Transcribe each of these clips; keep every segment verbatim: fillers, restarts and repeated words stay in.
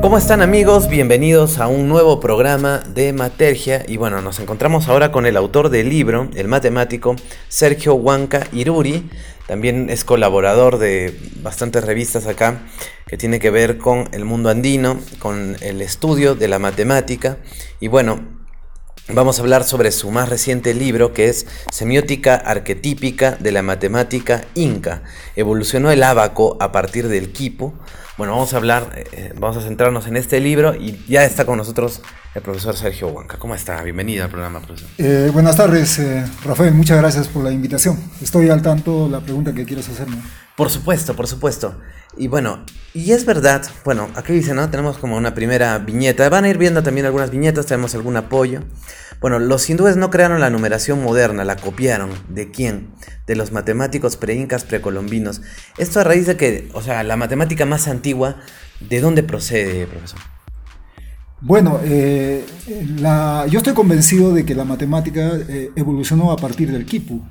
¿Cómo están, amigos? Bienvenidos a un nuevo programa de Matergia. Y bueno, nos encontramos ahora con el autor del libro, el matemático Sergio Huanca Iruri. También es colaborador de bastantes revistas acá que tiene que ver con el mundo andino, con el estudio de la matemática. Y bueno, vamos a hablar sobre su más reciente libro, que es Semiótica Arquetípica de la Matemática Inca. Evolucionó el ábaco a partir del quipu. Bueno, vamos a hablar, eh, vamos a centrarnos en este libro y ya está con nosotros el profesor Sergio Huanca. ¿Cómo está? Bienvenido al programa, profesor. Eh, buenas tardes, eh, Rafael, muchas gracias por la invitación. Estoy al tanto de la pregunta que quieres hacerme. Por supuesto, por supuesto. Y bueno, y es verdad, bueno, aquí dice, ¿no? Tenemos como una primera viñeta. Van a ir viendo también algunas viñetas, tenemos algún apoyo. Bueno, los hindúes no crearon la numeración moderna, la copiaron. ¿De quién? De los matemáticos pre-incas, precolombinos. Esto a raíz de que, o sea, la matemática más antigua, ¿de dónde procede, profesor? Bueno, eh, la, yo estoy convencido de que la matemática eh, evolucionó a partir del quipu.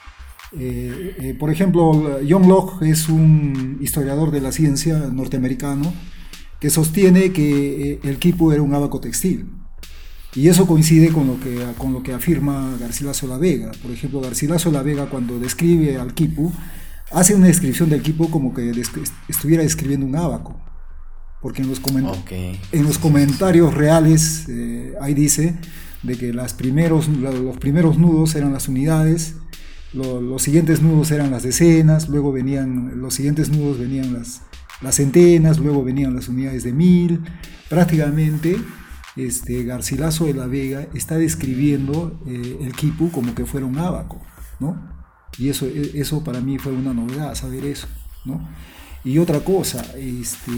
Eh, eh, por ejemplo, John Locke es un historiador de la ciencia norteamericano que sostiene que eh, el quipu era un ábaco textil. Y eso coincide con lo que, con lo que afirma Garcilaso la Vega. Por ejemplo, Garcilaso la Vega, cuando describe al quipu, hace una descripción del quipu como que estuviera describiendo un ábaco. Porque en los, coment okay. en los comentarios reales, eh, ahí dice de que las primeros, los primeros nudos eran las unidades, lo, los siguientes nudos eran las decenas, luego venían, los siguientes nudos venían las, las centenas, luego venían las unidades de mil. Prácticamente, Este, Garcilaso de la Vega está describiendo eh, el quipu como que fuera un ábaco, ¿no? Y eso, eso para mí fue una novedad, saber eso, ¿no? Y otra cosa, este,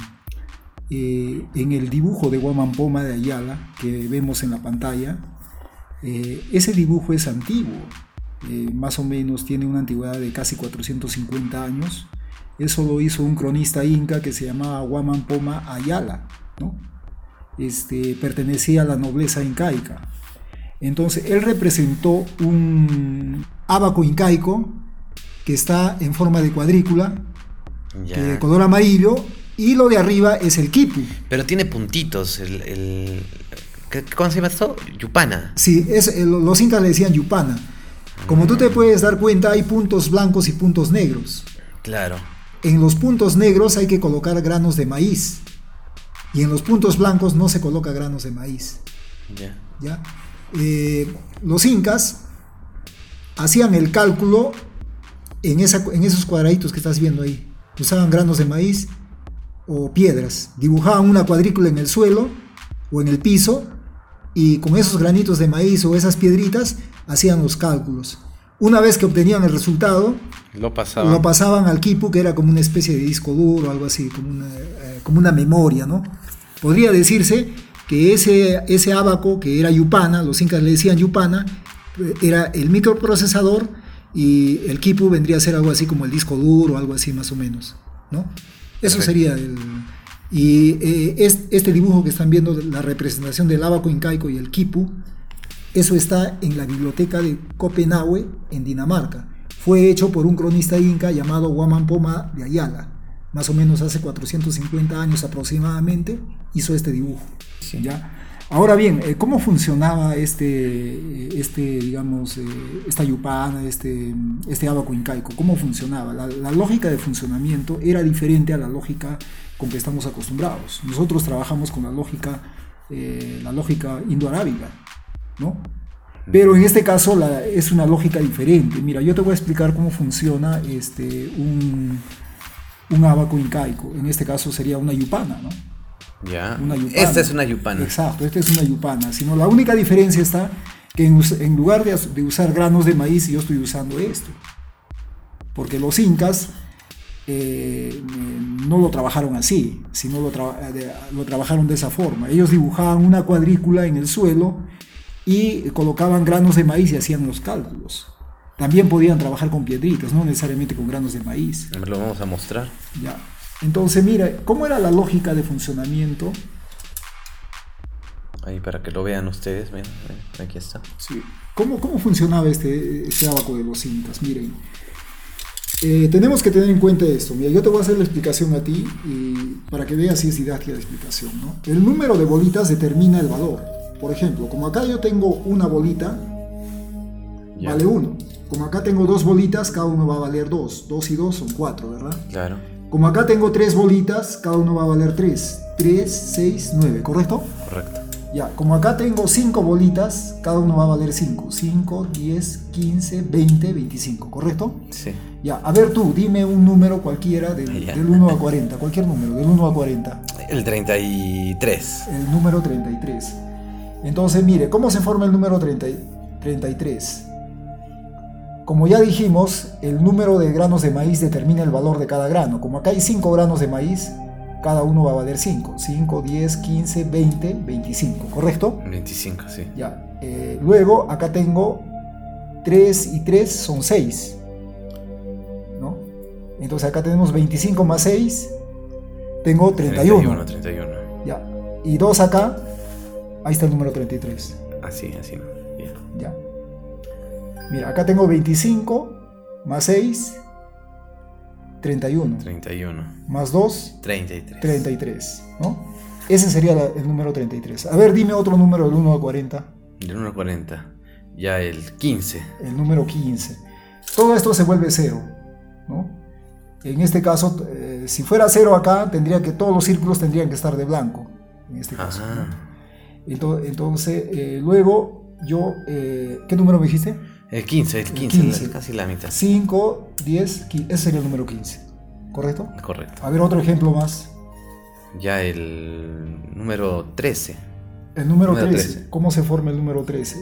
eh, en el dibujo de Guamán Poma de Ayala, que vemos en la pantalla, eh, ese dibujo es antiguo, eh, más o menos tiene una antigüedad de casi cuatrocientos cincuenta años. Eso lo hizo un cronista inca que se llamaba Guamán Poma Ayala, ¿no? Este, pertenecía a la nobleza incaica. Entonces él representó un ábaco incaico que está en forma de cuadrícula, yeah, que de color amarillo, y lo de arriba es el quipu. Pero tiene puntitos. El, el, ¿Cómo se llama esto? Yupana. Sí, es, el, los incas le decían yupana. Como mm. tú te puedes dar cuenta, hay puntos blancos y puntos negros. Claro. En los puntos negros hay que colocar granos de maíz. Y en los puntos blancos no se coloca granos de maíz. Yeah. ¿Ya? Eh, los incas hacían el cálculo en, esa, en esos cuadraditos que estás viendo ahí. Usaban granos de maíz o piedras. Dibujaban una cuadrícula en el suelo o en el piso y con esos granitos de maíz o esas piedritas hacían los cálculos. Una vez que obtenían el resultado, lo pasaban, lo pasaban al quipu, que era como una especie de disco duro, algo así, como una, eh, como una memoria, ¿no? Podría decirse que ese, ese ábaco, que era yupana, los incas le decían yupana, era el microprocesador y el quipu vendría a ser algo así como el disco duro, algo así más o menos, ¿no? Eso Correcto. Sería el... Y eh, es, este dibujo que están viendo, la representación del ábaco incaico y el quipu, eso está en la biblioteca de Copenhague, en Dinamarca. Fue hecho por un cronista inca llamado Guamán Poma de Ayala. Más o menos hace cuatrocientos cincuenta años aproximadamente hizo este dibujo. Sí. ¿Ya? Ahora bien, ¿cómo funcionaba este, este digamos, esta yupana, este, este ábaco incaico? ¿Cómo funcionaba? La, la lógica de funcionamiento era diferente a la lógica con que estamos acostumbrados. Nosotros trabajamos con la lógica, eh, la lógica indoarábiga, ¿no? Pero en este caso la, es una lógica diferente. Mira, yo te voy a explicar cómo funciona este, un, un ábaco incaico. En este caso sería una yupana, ¿no? Ya. Una yupana. Esta es una yupana. Exacto, esta es una yupana. Sino la única diferencia está que en, en lugar de, de usar granos de maíz, yo estoy usando esto. Porque los incas eh, no lo trabajaron así, sino lo, tra lo trabajaron de esa forma. Ellos dibujaban una cuadrícula en el suelo y colocaban granos de maíz y hacían los cálculos. También podían trabajar con piedritas, no necesariamente con granos de maíz. Lo vamos a mostrar. Ya. Entonces, mira, ¿cómo era la lógica de funcionamiento? Ahí para que lo vean ustedes, ven, ven, aquí está. Sí. ¿Cómo, cómo funcionaba este, este ábaco de los incas? Miren, Eh, tenemos que tener en cuenta esto. Mira, yo te voy a hacer la explicación a ti y para que veas si es didáctica la explicación, ¿no? El número de bolitas determina el valor. Por ejemplo, como acá yo tengo una bolita, yeah, vale uno. Como acá tengo dos bolitas, cada uno va a valer dos. dos y dos son cuatro, ¿verdad? Claro. Como acá tengo tres bolitas, cada uno va a valer tres. tres, seis, nueve, ¿correcto? Correcto. Ya, como acá tengo cinco bolitas, cada uno va a valer cinco. cinco, diez, quince, veinte, veinticinco, ¿correcto? Sí. Ya, a ver tú, dime un número cualquiera del, del uno a cuarenta, cualquier número, del uno a cuarenta. El treinta y tres. El número treinta y tres. Entonces, mire, ¿cómo se forma el número treinta, treinta y tres? Como ya dijimos, el número de granos de maíz determina el valor de cada grano. Como acá hay cinco granos de maíz, cada uno va a valer cinco. cinco, diez, quince, veinte, veinticinco, ¿correcto? veinticinco, sí. Ya. Eh, luego, acá tengo tres y tres son seis. ¿No? Entonces acá tenemos veinticinco más seis. Tengo treinta y uno. treinta y uno. Ya. Y dos acá. Ahí está el número treinta y tres. Así, así. Yeah. Ya. Mira, acá tengo veinticinco más seis. treinta y uno. treinta y uno. Más dos. treinta y tres. treinta y tres, ¿no? Ese sería la, el número treinta y tres. A ver, dime otro número del uno al cuarenta. Del uno al cuarenta. Ya el quince. El número quince. Todo esto se vuelve cero, ¿no? En este caso, eh, si fuera cero acá, tendría que todos los círculos tendrían que estar de blanco. En este caso. ¿No? Entonces, entonces eh, luego yo... Eh, ¿qué número me dijiste? El quince, el quince, el quince. Casi la mitad. cinco, diez, quince. Ese sería el número quince. ¿Correcto? Correcto. A ver, otro ejemplo más. Ya el número trece. El número, número trece. trece. ¿Cómo se forma el número trece?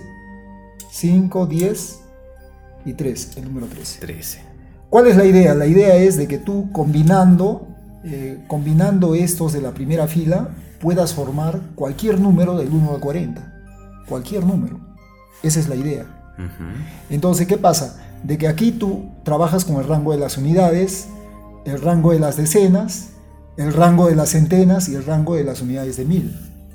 cinco, diez y tres. El número trece. trece. ¿Cuál es la idea? La idea es de que tú combinando, eh, combinando estos de la primera fila, puedas formar cualquier número del uno al cuarenta. Cualquier número. Esa es la idea. Uh-huh. Entonces, ¿qué pasa? De que aquí tú trabajas con el rango de las unidades, el rango de las decenas, el rango de las centenas y el rango de las unidades de mil.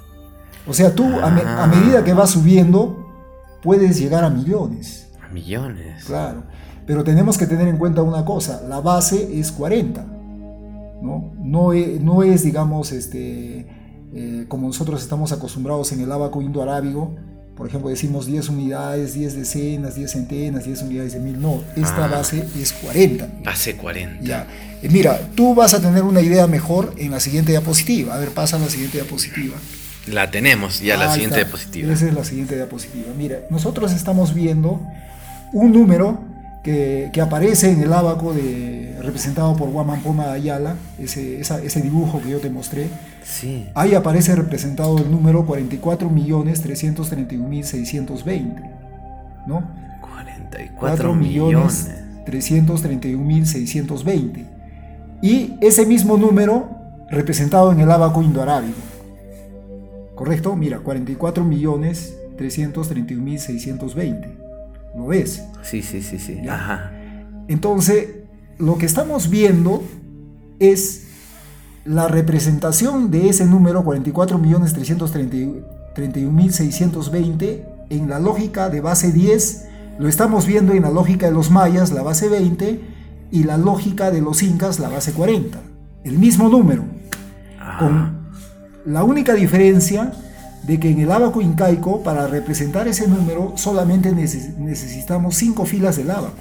O sea, tú a, me, a medida que vas subiendo, puedes llegar a millones. A millones. Claro. Pero tenemos que tener en cuenta una cosa, la base es cuarenta. No, no, es, no es digamos, este, eh, como nosotros estamos acostumbrados en el ábaco indo-arábigo. Por ejemplo, decimos diez unidades, diez decenas, diez centenas, diez unidades de mil. No, esta ah, base es cuarenta. Base cuarenta. Ya. Eh, mira, tú vas a tener una idea mejor en la siguiente diapositiva. A ver, pasa a la siguiente diapositiva. La tenemos ya, ah, la siguiente está. diapositiva. Esa es la siguiente diapositiva. Mira, nosotros estamos viendo un número que, que aparece en el ábaco de, representado por Guaman Poma Ayala, ese, esa, ese dibujo que yo te mostré. Sí. Ahí aparece representado el número cuarenta y cuatro millones trescientos treinta y un mil seiscientos veinte, ¿no? cuarenta y cuatro millones trescientos treinta y un mil seiscientos veinte. Y ese mismo número representado en el ábaco indoarábigo. ¿Correcto? Mira, cuarenta y cuatro millones trescientos treinta y un mil seiscientos veinte. ¿Lo ves? Sí, sí, sí, sí. ¿Ya? Ajá. Entonces, lo que estamos viendo es la representación de ese número cuarenta y cuatro millones trescientos treinta y un mil seiscientos veinte en la lógica de base diez. Lo estamos viendo en la lógica de los mayas, la base veinte, y la lógica de los incas, la base cuarenta. El mismo número. Ah. Con la única diferencia de que en el ábaco incaico, para representar ese número, solamente neces- necesitamos cinco filas del ábaco.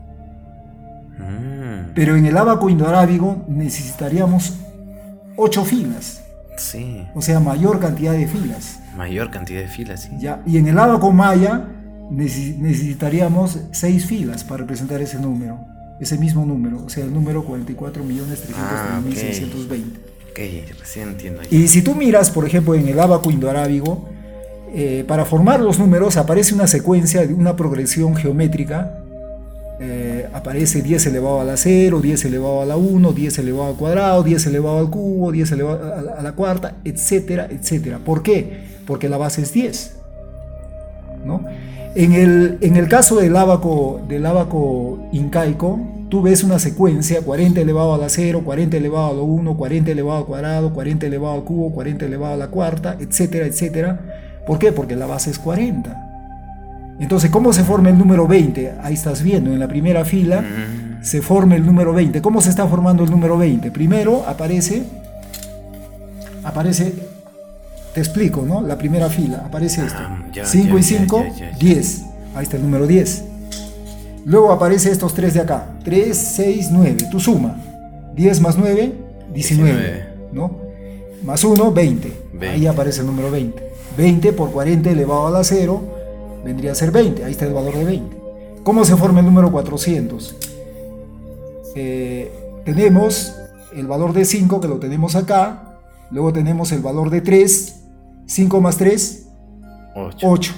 Mm. Pero en el ábaco indoarábigo necesitaríamos ocho filas. Sí. O sea, mayor cantidad de filas. Mayor cantidad de filas, sí. Ya, y en el ábaco maya neces- necesitaríamos seis filas para representar ese número. Ese mismo número, o sea, el número cuarenta y cuatro millones trescientos treinta y un mil seiscientos veinte. Ok, recién entiendo. Y si tú miras, por ejemplo, en el ábaco indoarábigo, eh, para formar los números aparece una secuencia, una progresión geométrica. Eh, aparece diez elevado a la cero, diez elevado a la uno, diez elevado al cuadrado, diez elevado al cubo, diez elevado a la, a la cuarta, etcétera, etcétera. ¿Por qué? Porque la base es diez, ¿no? En el, en el caso del ábaco, del ábaco incaico, tú ves una secuencia: cuarenta elevado a la cero, cuarenta elevado a la uno, cuarenta elevado al cuadrado, cuarenta elevado al cubo, cuarenta elevado a la cuarta, etcétera, etcétera. ¿Por qué? Porque la base es cuarenta. Entonces, ¿cómo se forma el número veinte? Ahí estás viendo, en la primera fila se forme el número veinte. ¿Cómo se está formando el número veinte? Primero aparece, aparece, te explico, ¿no? La primera fila, aparece esto. cinco y cinco, diez. Ahí está el número diez. Luego aparece estos tres de acá. tres, seis, nueve. Tú suma. diez más nueve, diecinueve. ¿No? Más uno, veinte. veinte. Ahí aparece el número veinte. veinte por cuarenta elevado a la cero vendría a ser veinte. Ahí está el valor de veinte. ¿Cómo se forma el número cuatrocientos? Eh, tenemos el valor de cinco, que lo tenemos acá. Luego tenemos el valor de tres. cinco más tres, ocho.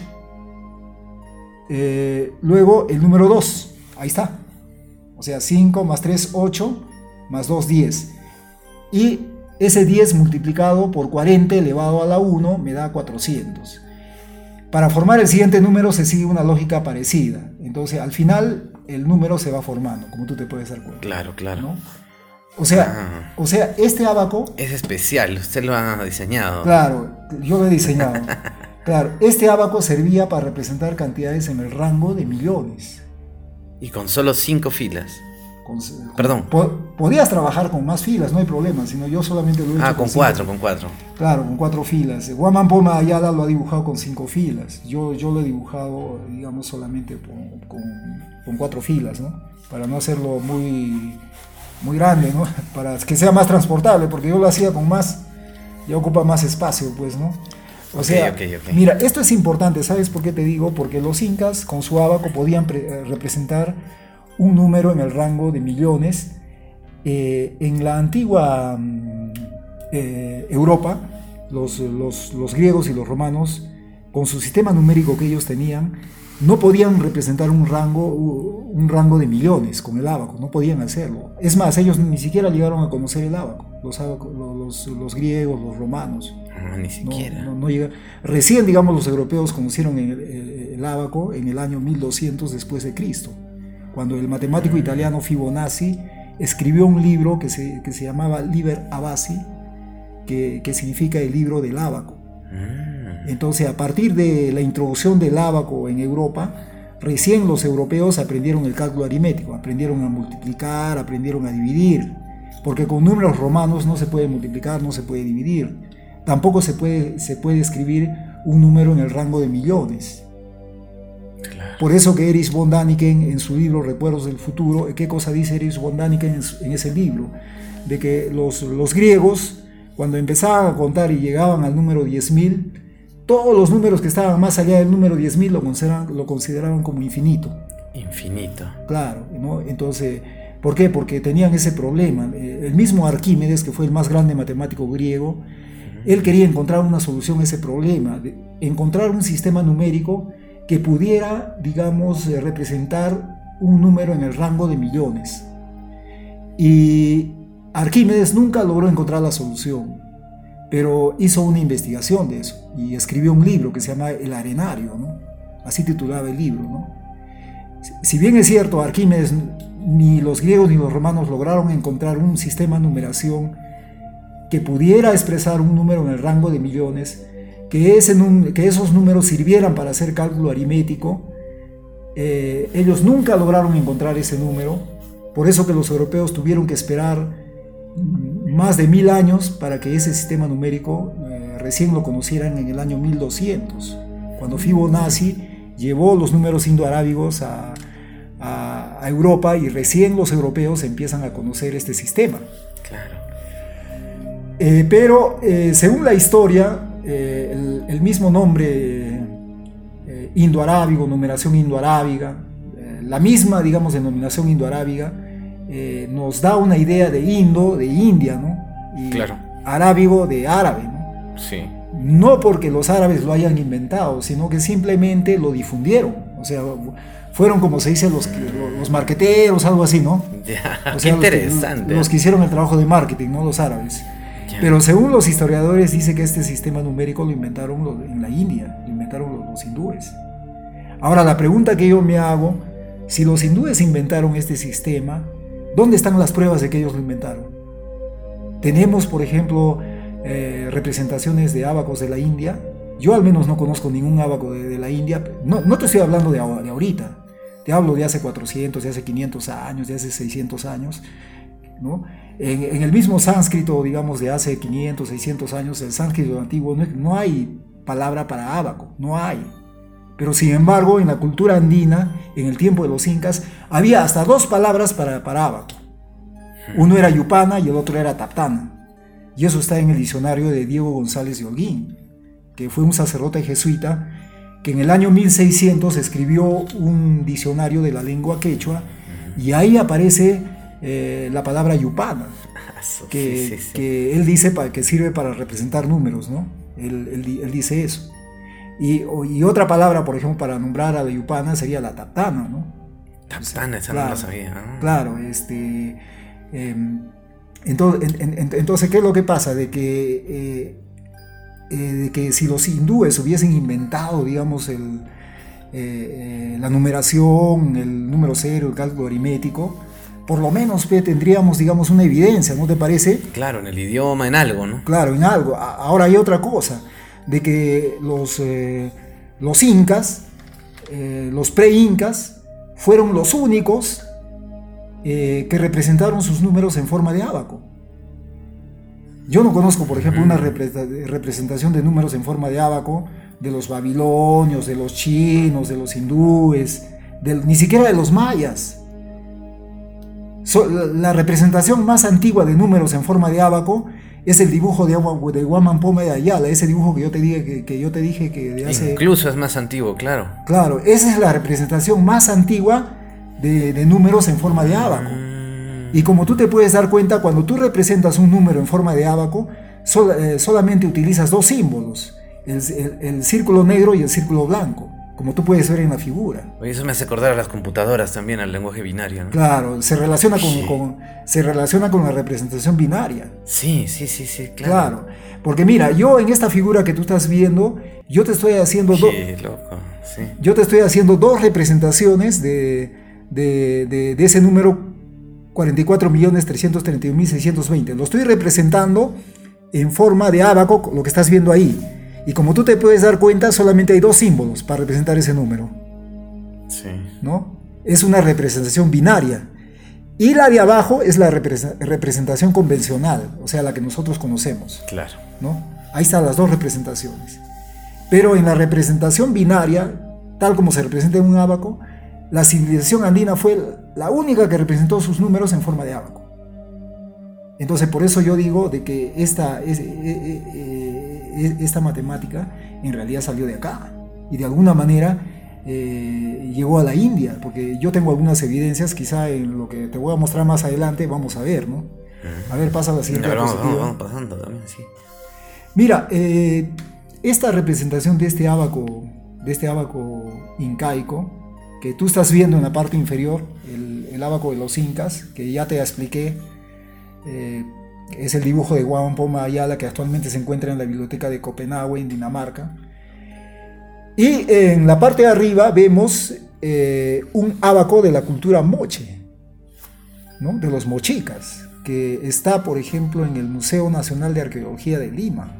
Eh, luego el número dos. Ahí está. O sea, cinco más tres, ocho. Más dos, diez. Y ese diez multiplicado por cuarenta elevado a la uno me da cuatrocientos. Para formar el siguiente número se sigue una lógica parecida. Entonces, al final, el número se va formando, como tú te puedes dar cuenta. Claro, claro. ¿No? O sea, ah. o sea, este ábaco... Es especial, usted lo ha diseñado. Claro, yo lo he diseñado. Claro, este ábaco servía para representar cantidades en el rango de millones. Y con solo cinco filas. Con, con, Perdón. Po, podías trabajar con más filas, no hay problema, sino yo solamente lo he hecho Ah, con, con cuatro, con cuatro. Claro, con cuatro filas. Guamán Poma Ayala lo ha dibujado con cinco filas. Yo, yo lo he dibujado, digamos, solamente con, con, con cuatro filas, ¿no? Para no hacerlo muy, muy grande, ¿no? Para que sea más transportable, porque yo lo hacía con más, ya ocupa más espacio, pues, ¿no? O okay, sea, okay, okay. Mira, esto es importante, ¿sabes por qué te digo? Porque los incas con su ábaco podían pre- representar un número en el rango de millones. Eh, en la antigua eh, Europa, los, los, los griegos y los romanos, con su sistema numérico que ellos tenían, no podían representar un rango, un rango de millones con el ábaco, no podían hacerlo. Es más, ellos ni siquiera llegaron a conocer el ábaco, los, los, los griegos, los romanos. No, ni siquiera. No, no, no llega. Recién, digamos, los europeos conocieron el, el, el ábaco en el año mil doscientos después de Cristo, cuando el matemático italiano Fibonacci escribió un libro que se, que se llamaba Liber Abaci, que, que significa el libro del ábaco. Entonces, a partir de la introducción del ábaco en Europa, recién los europeos aprendieron el cálculo aritmético, aprendieron a multiplicar, aprendieron a dividir, porque con números romanos no se puede multiplicar, no se puede dividir, tampoco se puede, se puede escribir un número en el rango de millones. Por eso que Erich von Däniken, en su libro Recuerdos del Futuro, ¿qué cosa dice Erich von Däniken en, en ese libro? De que los, los griegos, cuando empezaban a contar y llegaban al número diez mil, todos los números que estaban más allá del número diez mil lo consideraban, lo consideraban como infinito. Infinito. Claro, ¿no? Entonces, ¿por qué? Porque tenían ese problema. El mismo Arquímedes, que fue el más grande matemático griego, uh-huh. él quería encontrar una solución a ese problema, de encontrar un sistema numérico que pudiera, digamos, representar un número en el rango de millones. Y Arquímedes nunca logró encontrar la solución, pero hizo una investigación de eso y escribió un libro que se llama El Arenario, ¿no? Así titulaba el libro, ¿no? Si bien es cierto, Arquímedes, ni los griegos ni los romanos lograron encontrar un sistema de numeración que pudiera expresar un número en el rango de millones, que, ese, que esos números sirvieran para hacer cálculo aritmético, eh, ellos nunca lograron encontrar ese número, por eso que los europeos tuvieron que esperar más de mil años para que ese sistema numérico eh, recién lo conocieran en el año mil doscientos, cuando Fibonacci llevó los números indoarábigos a, a, a Europa y recién los europeos empiezan a conocer este sistema. Claro. Eh, pero eh, según la historia, eh, el, el mismo nombre eh, indoarábigo, numeración indoarábiga, eh, la misma, digamos, denominación indoarábiga, eh, nos da una idea de Indo, de India, ¿no? Y claro. arábigo de árabe, ¿no? Sí. No porque los árabes lo hayan inventado, sino que simplemente lo difundieron. O sea, fueron, como se dice, los, los marqueteros, algo así, ¿no? Ya, o sea, qué interesante. Los que, los que hicieron el trabajo de marketing, ¿no? Los árabes. Ya. Pero según los historiadores, dice que este sistema numérico lo inventaron los, en la India, lo inventaron los, los hindúes. Ahora, la pregunta que yo me hago, si los hindúes inventaron este sistema, ¿dónde están las pruebas de que ellos lo inventaron? Tenemos, por ejemplo, eh, representaciones de ábacos de la India. Yo al menos no conozco ningún ábaco de, de la India. No, no te estoy hablando de, de ahorita. Te hablo de hace cuatrocientos, de hace quinientos años, de hace seiscientos años, ¿no? En, en el mismo sánscrito, digamos, de hace quinientos, seiscientos años, el sánscrito antiguo, no, no hay palabra para ábaco, no hay. Pero sin embargo, en la cultura andina, en el tiempo de los incas, había hasta dos palabras para, para ábaco. Uno era yupana y el otro era taptana. Y eso está en el diccionario de Diego González de Holguín, que fue un sacerdote jesuita que en el año mil seiscientos escribió un diccionario de la lengua quechua, y ahí aparece eh, la palabra yupana, que, sí, sí, sí. que él dice para, que sirve para representar números, ¿no? Él, él, él dice eso. Y, y otra palabra, por ejemplo, para nombrar a la yupana sería la taptana, ¿no? Taptana, esa claro, no lo sabía. ¿No? Claro, este... Eh, entonces, en, en, entonces, ¿qué es lo que pasa? De que... Eh, Eh, de que si los hindúes hubiesen inventado, digamos, el, eh, eh, la numeración, el número cero, el cálculo aritmético, por lo menos pues, tendríamos, digamos, una evidencia, ¿no te parece? Claro, en el idioma, en algo, ¿no? Claro, en algo. Ahora hay otra cosa, de que los, eh, los incas, eh, los pre-incas, fueron los únicos eh, que representaron sus números en forma de ábaco. Yo no conozco, por ejemplo, una representación de números en forma de ábaco de los babilonios, de los chinos, de los hindúes, de, ni siquiera de los mayas. So, la representación más antigua de números en forma de ábaco es el dibujo de, de Guamán Poma de Ayala, ese dibujo que yo te dije que, que, yo te dije que de hace... Incluso es más antiguo, claro. Claro, esa es la representación más antigua de, de números en forma de ábaco. Y como tú te puedes dar cuenta, cuando tú representas un número en forma de ábaco, sol, eh, solamente utilizas dos símbolos, el, el, el círculo negro y el círculo blanco, como tú puedes ver en la figura. Oye, eso me hace acordar a las computadoras también, al lenguaje binario, ¿no? Claro, se relaciona con, Sí. con, se relaciona con la representación binaria. Sí, sí, sí, sí, claro. Claro, porque mira, yo en esta figura que tú estás viendo, yo te estoy haciendo, do, Qué loco, sí. yo te estoy haciendo dos representaciones de, de, de, de ese número cuarenta y cuatro millones trescientos treinta y un mil seiscientos veinte. Lo estoy representando en forma de ábaco, lo que estás viendo ahí. Y como tú te puedes dar cuenta, solamente hay dos símbolos para representar ese número. Sí. ¿No? Es una representación binaria. Y la de abajo es la representación convencional, o sea, la que nosotros conocemos. Claro. ¿No? Ahí están las dos representaciones. Pero en la representación binaria, tal como se representa en un ábaco, la civilización andina fue la única que representó sus números en forma de ábaco. Entonces, por eso yo digo de que esta, es, eh, eh, esta matemática en realidad salió de acá y de alguna manera eh, llegó a la India, porque yo tengo algunas evidencias, quizá en lo que te voy a mostrar más adelante vamos a ver, ¿no? A ver, pasa la siguiente vamos, diapositiva. vamos, vamos pasando también, sí. Mira, eh, esta representación de este ábaco, de este ábaco incaico, que tú estás viendo en la parte inferior, el, el ábaco de los incas, que ya te expliqué, eh, es el dibujo de Guamán Poma Ayala, que actualmente se encuentra en la biblioteca de Copenhague, en Dinamarca. Y en la parte de arriba vemos eh, un ábaco de la cultura moche, ¿no? De los mochicas, que está, por ejemplo, en el Museo Nacional de Arqueología de Lima.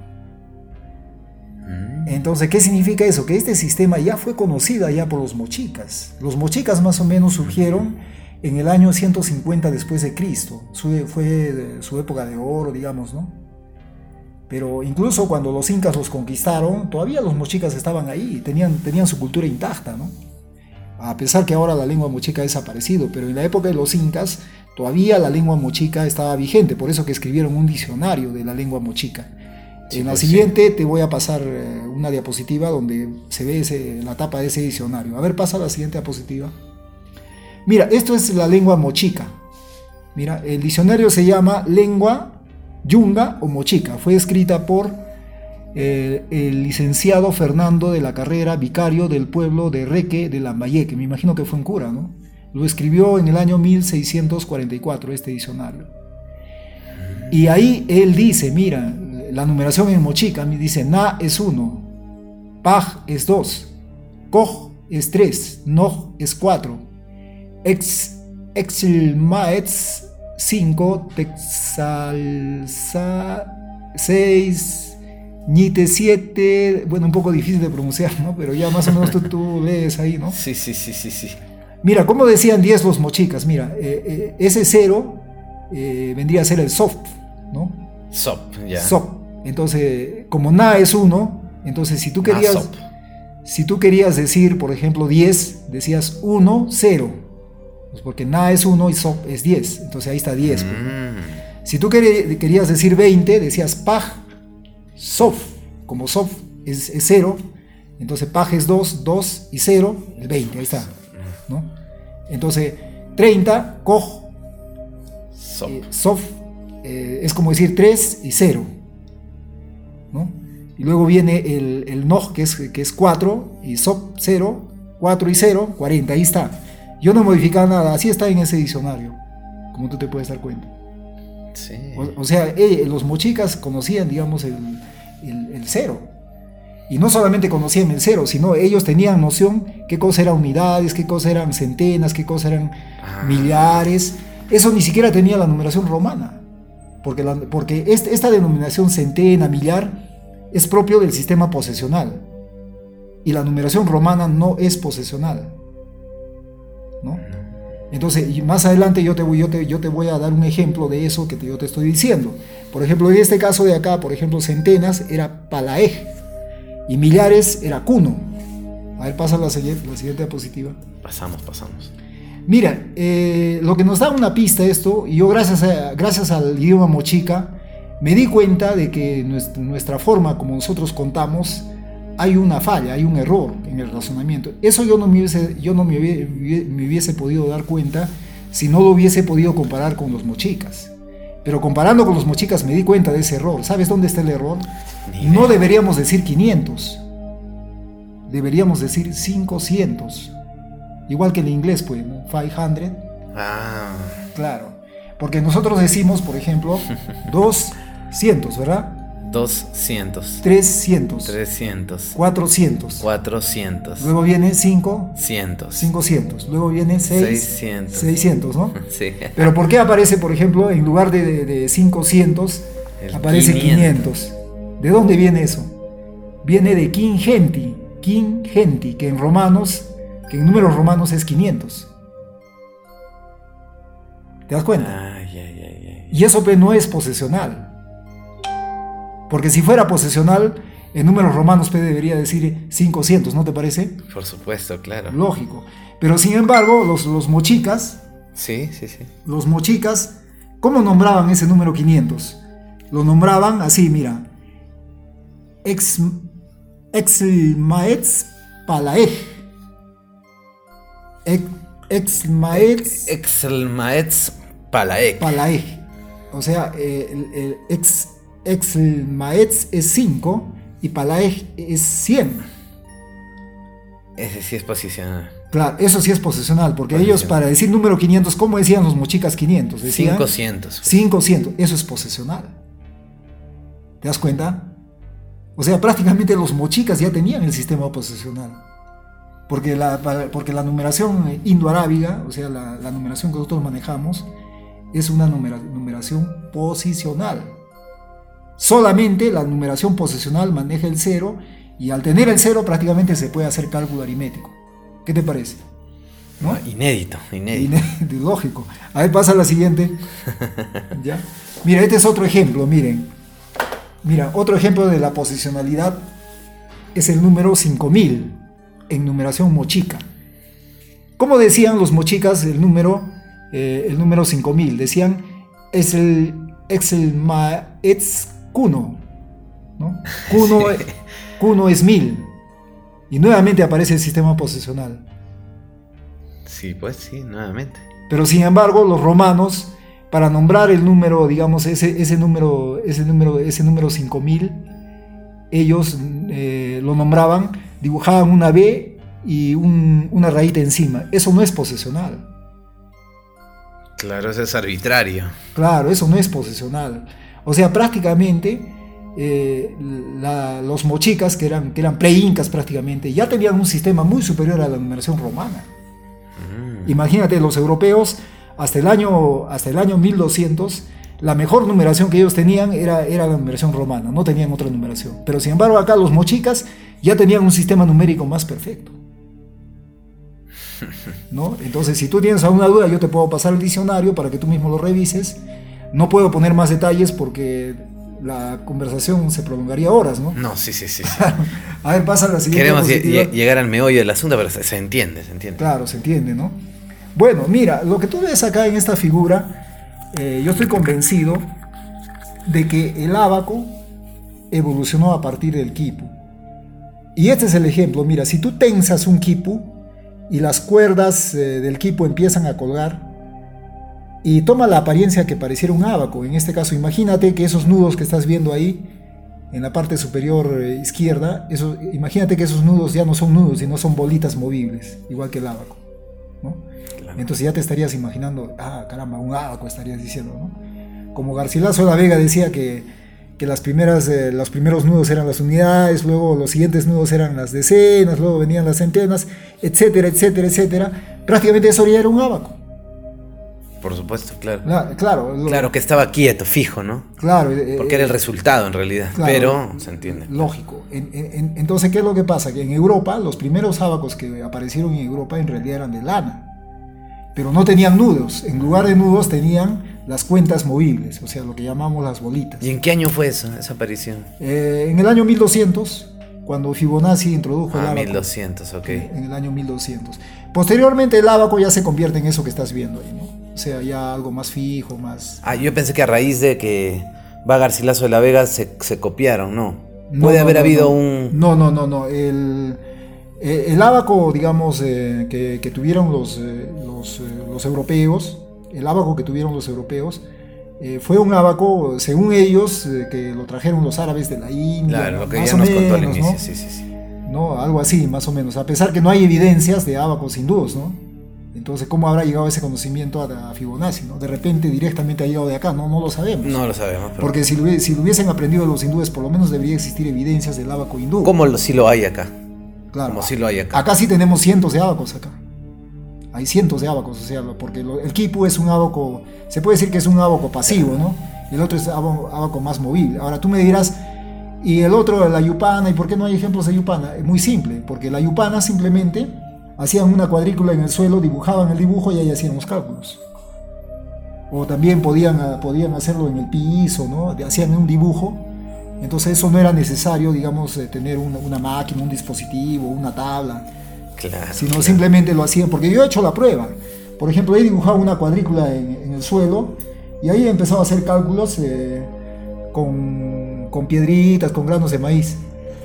Entonces, ¿qué significa eso? Que este sistema ya fue conocido ya por los mochicas. Los mochicas más o menos surgieron en el año ciento cincuenta después de Cristo. Fue su época de oro, digamos, ¿no? Pero incluso cuando los incas los conquistaron, todavía los mochicas estaban ahí, tenían, tenían su cultura intacta, ¿no? A pesar que ahora la lengua mochica ha desaparecido, pero en la época de los incas todavía la lengua mochica estaba vigente, por eso que escribieron un diccionario de la lengua mochica. Sí, en la pues siguiente sí. Te voy a pasar una diapositiva donde se ve ese, la tapa de ese diccionario. A ver, pasa la siguiente diapositiva. Mira, esto es la lengua mochica. Mira, el diccionario se llama Lengua Yunga o Mochica. Fue escrita por eh, el licenciado Fernando de la Carrera, vicario del pueblo de Reque de Lambayeque. Me imagino que fue un cura, ¿no? Lo escribió en el año mil seiscientos cuarenta y cuatro, este diccionario. Y ahí él dice, mira, la numeración en mochica, dice, Na es uno, Paj es dos, Koj es tres, Noj es cuatro, Ex, Exilmaetz cinco, Texalza seis, Ñite siete, bueno, un poco difícil de pronunciar, ¿no? Pero ya más o menos tú, tú lees ahí, ¿no? Sí, sí, sí, sí, sí. Mira, ¿cómo decían diez los mochicas? Mira, eh, eh, ese cero eh, vendría a ser el soft, ¿no? Sop, ya. Sop. Entonces, como na es uno, entonces si tú querías, Nasop. si tú querías decir, por ejemplo, diez, decías uno, cero. Pues porque na es uno y sop es diez. Entonces ahí está diez. Pues. Mm. Si tú querías decir veinte, decías paj, sof. Como sof es, es cero, entonces paj es dos, dos y cero, el veinte, ahí está, ¿no? Entonces, treinta, coj, Sop. eh, sof, eh, es como decir tres y cero, ¿no? Y luego viene el, el noj, que es, que es cuatro, y sop, cero, cuatro y cero, cuarenta, ahí está. Yo no he modificado nada, así está en ese diccionario, como tú te puedes dar cuenta. Sí. O, o sea, eh, los mochicas conocían, digamos, el, el, el cero. Y no solamente conocían el cero, sino ellos tenían noción qué cosa eran unidades, qué cosa eran centenas, qué cosa eran Ah. millares. Eso ni siquiera tenía la numeración romana. Porque, la, porque este, esta denominación centena, millar, es propio del sistema posesional. Y la numeración romana no es posesional, ¿no? Entonces, y más adelante yo te, voy, yo, te, yo te voy a dar un ejemplo de eso que te, yo te estoy diciendo. Por ejemplo, en este caso de acá, por ejemplo, centenas era palaej y millares era cuno. A ver, pasa la siguiente, la siguiente diapositiva. Pasamos, pasamos. Mira, eh, lo que nos da una pista esto, y yo gracias, a, gracias al idioma mochica, me di cuenta de que nuestra, nuestra forma como nosotros contamos, hay una falla, hay un error en el razonamiento. Eso yo no me hubiese, yo no me hubiese, me hubiese podido dar cuenta si no lo hubiese podido comparar con los mochicas. Pero comparando con los mochicas me di cuenta de ese error. ¿Sabes dónde está el error? Ni No idea. deberíamos decir quinientos. Deberíamos decir quinientos. Igual que en inglés, pues, ¿no? quinientos. Ah. Claro. Porque nosotros decimos, por ejemplo, doscientos, ¿verdad? doscientos. trescientos. trescientos. cuatrocientos. cuatrocientos. Luego viene cinco. Cientos. quinientos. Luego viene seis. Seiscientos. seiscientos, ¿no? Sí. Pero ¿por qué aparece, por ejemplo, en lugar de, de, de quinientos, El aparece quinientos. quinientos? ¿De dónde viene eso? Viene de quingenti, quingenti, que en romanos, que en números romanos es quinientos. ¿Te das cuenta? Ay, ay, ay, ay. Y eso pues, no es posesional. Porque si fuera posesional, en números romanos pues, debería decir quinientos, ¿no te parece? Por supuesto, claro. Lógico. Pero sin embargo, los, los mochicas, Sí, sí, sí. los mochicas, ¿cómo nombraban ese número quinientos? Lo nombraban así, mira. Ex, exmaetz palaej. Ex, exmaetz Exelmaetz Palaek. palaej. O sea, eh, el, el ex, exmaetz es cinco y palaej es cien. Ese sí es posicional. Claro, eso sí es posesional, porque Posicional. ellos para decir número quinientos, ¿cómo decían los mochicas quinientos? Decían quinientos. quinientos, eso es posesional. ¿Te das cuenta? O sea, prácticamente los mochicas ya tenían el sistema posesional. Porque la, porque la numeración indoarábiga, o sea, la, la numeración que nosotros manejamos, es una numera, numeración posicional. Solamente la numeración posesional maneja el cero, y al tener el cero prácticamente se puede hacer cálculo aritmético. ¿Qué te parece? ¿No? Ah, inédito, inédito. Inédito, lógico. A ver, pasa a la siguiente. ¿Ya? Mira, este es otro ejemplo, miren. Mira, otro ejemplo de la posicionalidad es el número cinco mil en numeración mochica. ¿Cómo decían los mochicas el número, eh, el número cinco mil? Decían, es el exelmaetz cuno, ¿no? Cuno, Sí. cuno es mil. Y nuevamente aparece el sistema posesional. Sí, pues sí, nuevamente. Pero sin embargo, los romanos, para nombrar el número, digamos, ese, ese número, ese número, ese número cinco mil, ellos eh, lo nombraban, dibujaban una B y un, una raíz encima. Eso no es posesional. Claro, eso es arbitrario. Claro, eso no es posesional. O sea, prácticamente eh, la, los mochicas, que eran, que eran pre-incas prácticamente, ya tenían un sistema muy superior a la numeración romana. Mm. Imagínate, los europeos hasta el año, hasta el año mil doscientos, la mejor numeración que ellos tenían era, era la numeración romana, no tenían otra numeración. Pero sin embargo acá los mochicas ya tenían un sistema numérico más perfecto. ¿no? Entonces, si tú tienes alguna duda, yo te puedo pasar el diccionario para que tú mismo lo revises. No puedo poner más detalles porque la conversación se prolongaría horas, ¿no? No, sí, sí, sí. sí. A ver, pasa la siguiente Queremos diapositiva. llegar al meollo del asunto, pero se, se entiende, se entiende. Claro, se entiende, ¿no? Bueno, mira, lo que tú ves acá en esta figura, eh, yo estoy convencido de que el ábaco evolucionó a partir del quipu. Y este es el ejemplo. Mira, si tú tensas un quipu y las cuerdas eh, del quipu empiezan a colgar y toma la apariencia que pareciera un ábaco. En este caso, imagínate que esos nudos que estás viendo ahí en la parte superior eh, izquierda, eso, imagínate que esos nudos ya no son nudos, sino son bolitas movibles, igual que el ábaco, ¿no? Claro. Entonces ya te estarías imaginando, ah, caramba, un ábaco estarías diciendo, ¿no? Como Garcilaso de la Vega decía que, que las primeras, eh, los primeros nudos eran las unidades, luego los siguientes nudos eran las decenas, luego venían las centenas, etcétera, etcétera, etcétera. Prácticamente eso ya era un ábaco. Por supuesto, claro. La, claro, lo, claro que estaba quieto, fijo, ¿no? Claro. Eh, Porque era el resultado en realidad, claro, pero se entiende. Lógico. En, en, entonces, ¿qué es lo que pasa? Que en Europa, los primeros ábacos que aparecieron en Europa en realidad eran de lana, pero no tenían nudos. En lugar de nudos tenían las cuentas movibles, o sea, lo que llamamos las bolitas. ¿Y en qué año fue eso, esa aparición? Eh, en el año mil doscientos, cuando Fibonacci introdujo ah, el ábaco. mil doscientos, ok. En el año mil doscientos. Posteriormente el ábaco ya se convierte en eso que estás viendo ahí, ¿no? O sea, ya algo más fijo, más... Ah, yo pensé que a raíz de que va Garcilaso de la Vega se, se copiaron, ¿no? No, Puede no, haber no, habido no. un... No, no, no, no. El, el ábaco, digamos, eh, que, que tuvieron los, eh, los, eh, los europeos, el ábaco que tuvieron los europeos, eh, fue un ábaco, según ellos, eh, que lo trajeron los árabes de la India. Claro, lo que más ya o nos menos, contó al inicio, ¿no? sí, sí, sí. ¿No? Algo así, más o menos. A pesar que no hay evidencias de ábacos hindúes, ¿no? Entonces, ¿cómo habrá llegado ese conocimiento a Fibonacci, ¿no? De repente, directamente ha llegado de acá, no, no lo sabemos. No lo sabemos. Pero... Porque si lo, si lo hubiesen aprendido los hindúes, por lo menos debería existir evidencias del ábaco hindú. ¿Cómo lo, si lo hay acá? Claro. Como si lo hay acá. Acá sí tenemos cientos de ábacos acá. Hay cientos de ábacos, o sea, porque lo, el quipu es un ábaco, se puede decir que es un ábaco pasivo, ¿no? Y el otro es ábaco, ábaco más movible. Ahora tú me dirás, y el otro, la yupana, ¿y por qué no hay ejemplos de yupana? Es muy simple, porque la yupana simplemente hacían una cuadrícula en el suelo, dibujaban el dibujo y ahí hacían los cálculos. O también podían, podían hacerlo en el piso, ¿no? Hacían un dibujo. Entonces eso no era necesario, digamos, tener una, una máquina, un dispositivo, una tabla. Claro, sino claro. Simplemente lo hacían, porque yo he hecho la prueba. Por ejemplo, he dibujado una cuadrícula en, en el suelo y ahí he empezado a hacer cálculos eh, con, con piedritas, con granos de maíz.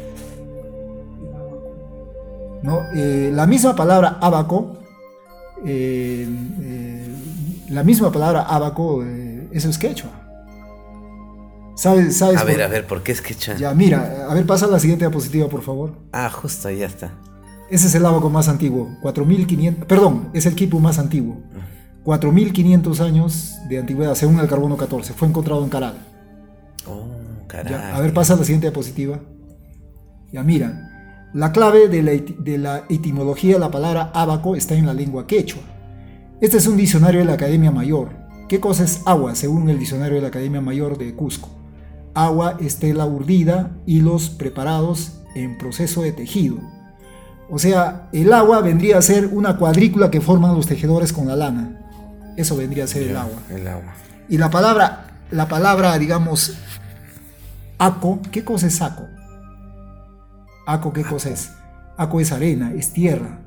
¿No? Eh, la misma palabra ábaco, eh, eh, la misma palabra ábaco, eh, eso es quechua. ¿Sabes? sabes A ver, por... a ver, ¿por qué es quechua? Ya, mira, a ver, pasa a la siguiente diapositiva, por favor. Ah, justo, ya está. Ese es el ábaco más antiguo, cuatro mil quinientos, perdón, es el quipu más antiguo. cuatro mil quinientos años de antigüedad, según el carbono catorce, fue encontrado en Caral. Oh, caray. Ya, a ver, pasa a la siguiente diapositiva. Ya, mira. La clave de la, de la etimología de la palabra ábaco está en la lengua quechua. Este es un diccionario de la Academia Mayor. ¿Qué cosa es agua, según el diccionario de la Academia Mayor de Cusco? Agua es tela urdida, hilos preparados en proceso de tejido. O sea, el agua vendría a ser una cuadrícula que forman los tejedores con la lana. Eso vendría a ser Ya, el agua. El agua. Y la palabra, la palabra, digamos, aco, ¿qué cosa es aco? Aco, ¿qué cosa es? Aco es arena, es tierra.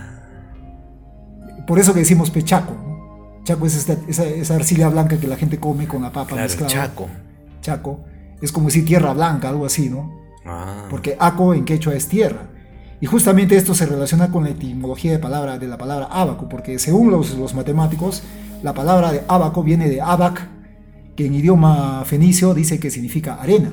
Por eso que decimos pechaco, ¿no? Chaco es esta, esa, esa arcilla blanca que la gente come con la papa Claro, mezclada. chaco. Chaco. Es como decir tierra blanca, algo así, ¿no? Ah. Porque aco en quechua es tierra. Y justamente esto se relaciona con la etimología de, palabra, de la palabra ábaco, porque según los, los matemáticos, la palabra de ábaco viene de abac, que en idioma fenicio dice que significa arena.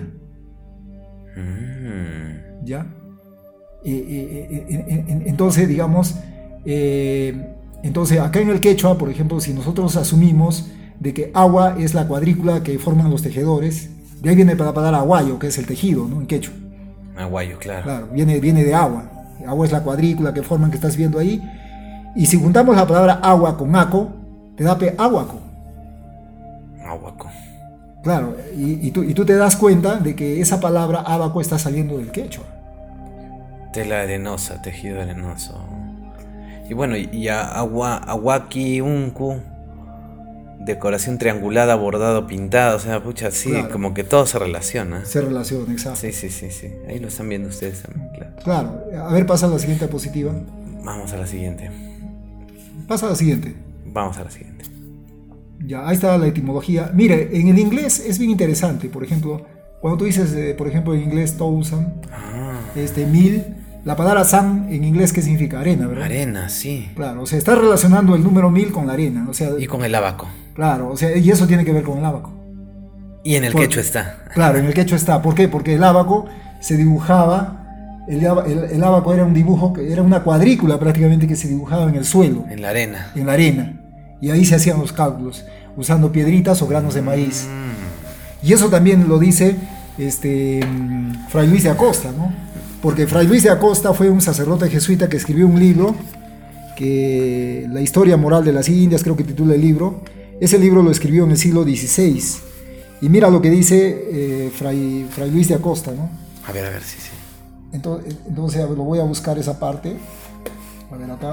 Mm. ¿Ya? Eh, eh, eh, eh, entonces, digamos, eh, entonces acá en el quechua, por ejemplo, si nosotros asumimos de que agua es la cuadrícula que forman los tejedores, de ahí viene la palabra aguayo, que es el tejido, ¿no? En quechua. Aguayo, claro. Claro, viene, viene de agua. Agua es la cuadrícula que forman que estás viendo ahí. Y si juntamos la palabra agua con aco, te da pe aguaco. Aguaco. Claro, y, y, tú, y tú te das cuenta de que esa palabra abaco está saliendo del quechua. Tela arenosa, tejido arenoso. Y bueno, y a, agua, awaki, unku, decoración triangulada, bordado, pintado, o sea, pucha, sí, claro. Como que todo se relaciona. Se relaciona, exacto. Sí, sí, sí, sí. Ahí lo están viendo ustedes también, claro. Claro, a ver, pasa a la siguiente diapositiva. Vamos a la siguiente. Pasa a la siguiente. Vamos a la siguiente. Ya, ahí está la etimología. Mire, en el inglés es bien interesante, por ejemplo, cuando tú dices, eh, por ejemplo, en inglés thousand, ah. este, mil, la palabra san en inglés, ¿qué significa? Arena, ¿verdad? Arena, sí. Claro, o sea, está relacionando el número mil con la arena, o sea... Y con el ábaco. Claro, o sea, y eso tiene que ver con el ábaco. Y en el por, quechua está. Claro, en el quechua está. ¿Por qué? Porque el ábaco se dibujaba, el, el, el ábaco era un dibujo, era una cuadrícula prácticamente que se dibujaba en el suelo. En la arena. En la arena. Y ahí se hacían los cálculos, usando piedritas o granos de maíz. Mm. Y eso también lo dice este, Fray Luis de Acosta, ¿no? Porque Fray Luis de Acosta fue un sacerdote jesuita que escribió un libro, que la historia moral de las Indias, creo que titula el libro. Ese libro lo escribió en el siglo dieciséis. Y mira lo que dice eh, Fray, Fray Luis de Acosta, ¿no? A ver, a ver, sí, sí. Entonces, entonces lo voy a buscar esa parte. A ver acá.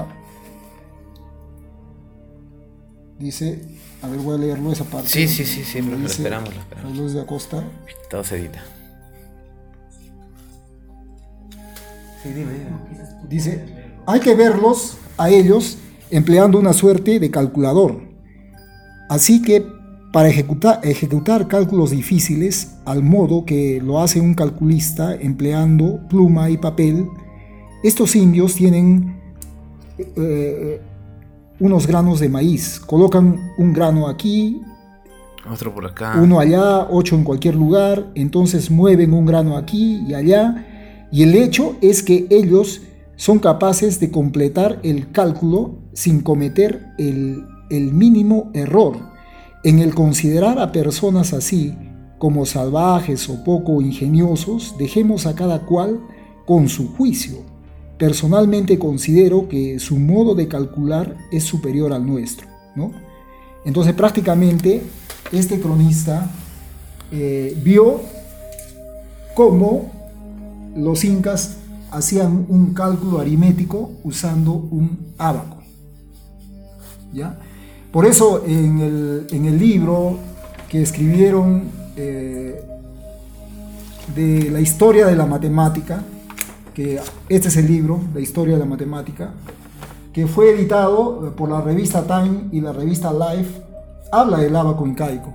Dice, a ver, voy a leerlo esa parte. Sí, sí, sí, sí, pero lo esperamos, lo esperamos. Fray Luis de Acosta. Todo se edita. Sí, dime, dime. Dice, hay que verlos a ellos empleando una suerte de calculador. Así que para ejecutar, ejecutar cálculos difíciles, al modo que lo hace un calculista empleando pluma y papel, estos indios tienen eh, unos granos de maíz. Colocan un grano aquí, otro por acá, uno allá, ocho en cualquier lugar, entonces mueven un grano aquí y allá, y el hecho es que ellos son capaces de completar el cálculo sin cometer el, el mínimo error. En el considerar a personas así como salvajes o poco ingeniosos, dejemos a cada cual con su juicio. Personalmente considero que su modo de calcular es superior al nuestro, ¿no? Entonces prácticamente este cronista eh, vio cómo los incas hacían un cálculo aritmético usando un ábaco, ¿ya? Por eso en el, en el libro que escribieron eh, de la historia de la matemática, que este es el libro, la historia de la matemática, que fue editado por la revista Time y la revista Life, habla del ábaco incaico.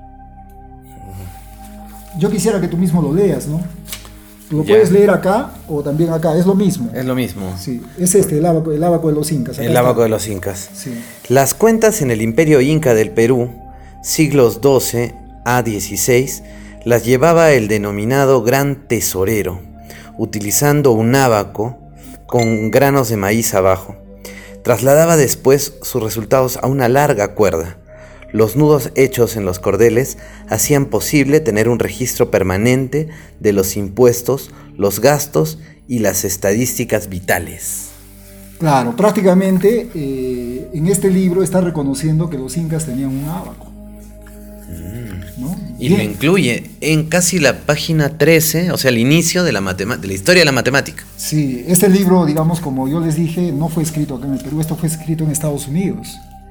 Yo quisiera que tú mismo lo leas, ¿no? Lo ya. Puedes leer acá o también acá, es lo mismo. Es lo mismo. Sí, es este, el ábaco, el ábaco de los incas. Acá el ábaco está. de los incas. Sí. Las cuentas en el Imperio Inca del Perú, siglos doce a dieciséis, las llevaba el denominado Gran Tesorero, utilizando un ábaco con granos de maíz abajo. Trasladaba después sus resultados a una larga cuerda. Los nudos hechos en los cordeles hacían posible tener un registro permanente de los impuestos, los gastos y las estadísticas vitales. Claro, prácticamente eh, en este libro está reconociendo que los incas tenían un ábaco. Mm. ¿No? Y Bien. Lo incluye en casi la página trece, o sea, el inicio de la, matema- de la historia de la matemática. Sí, este libro, digamos, como yo les dije, no fue escrito acá en el Perú, esto fue escrito en Estados Unidos.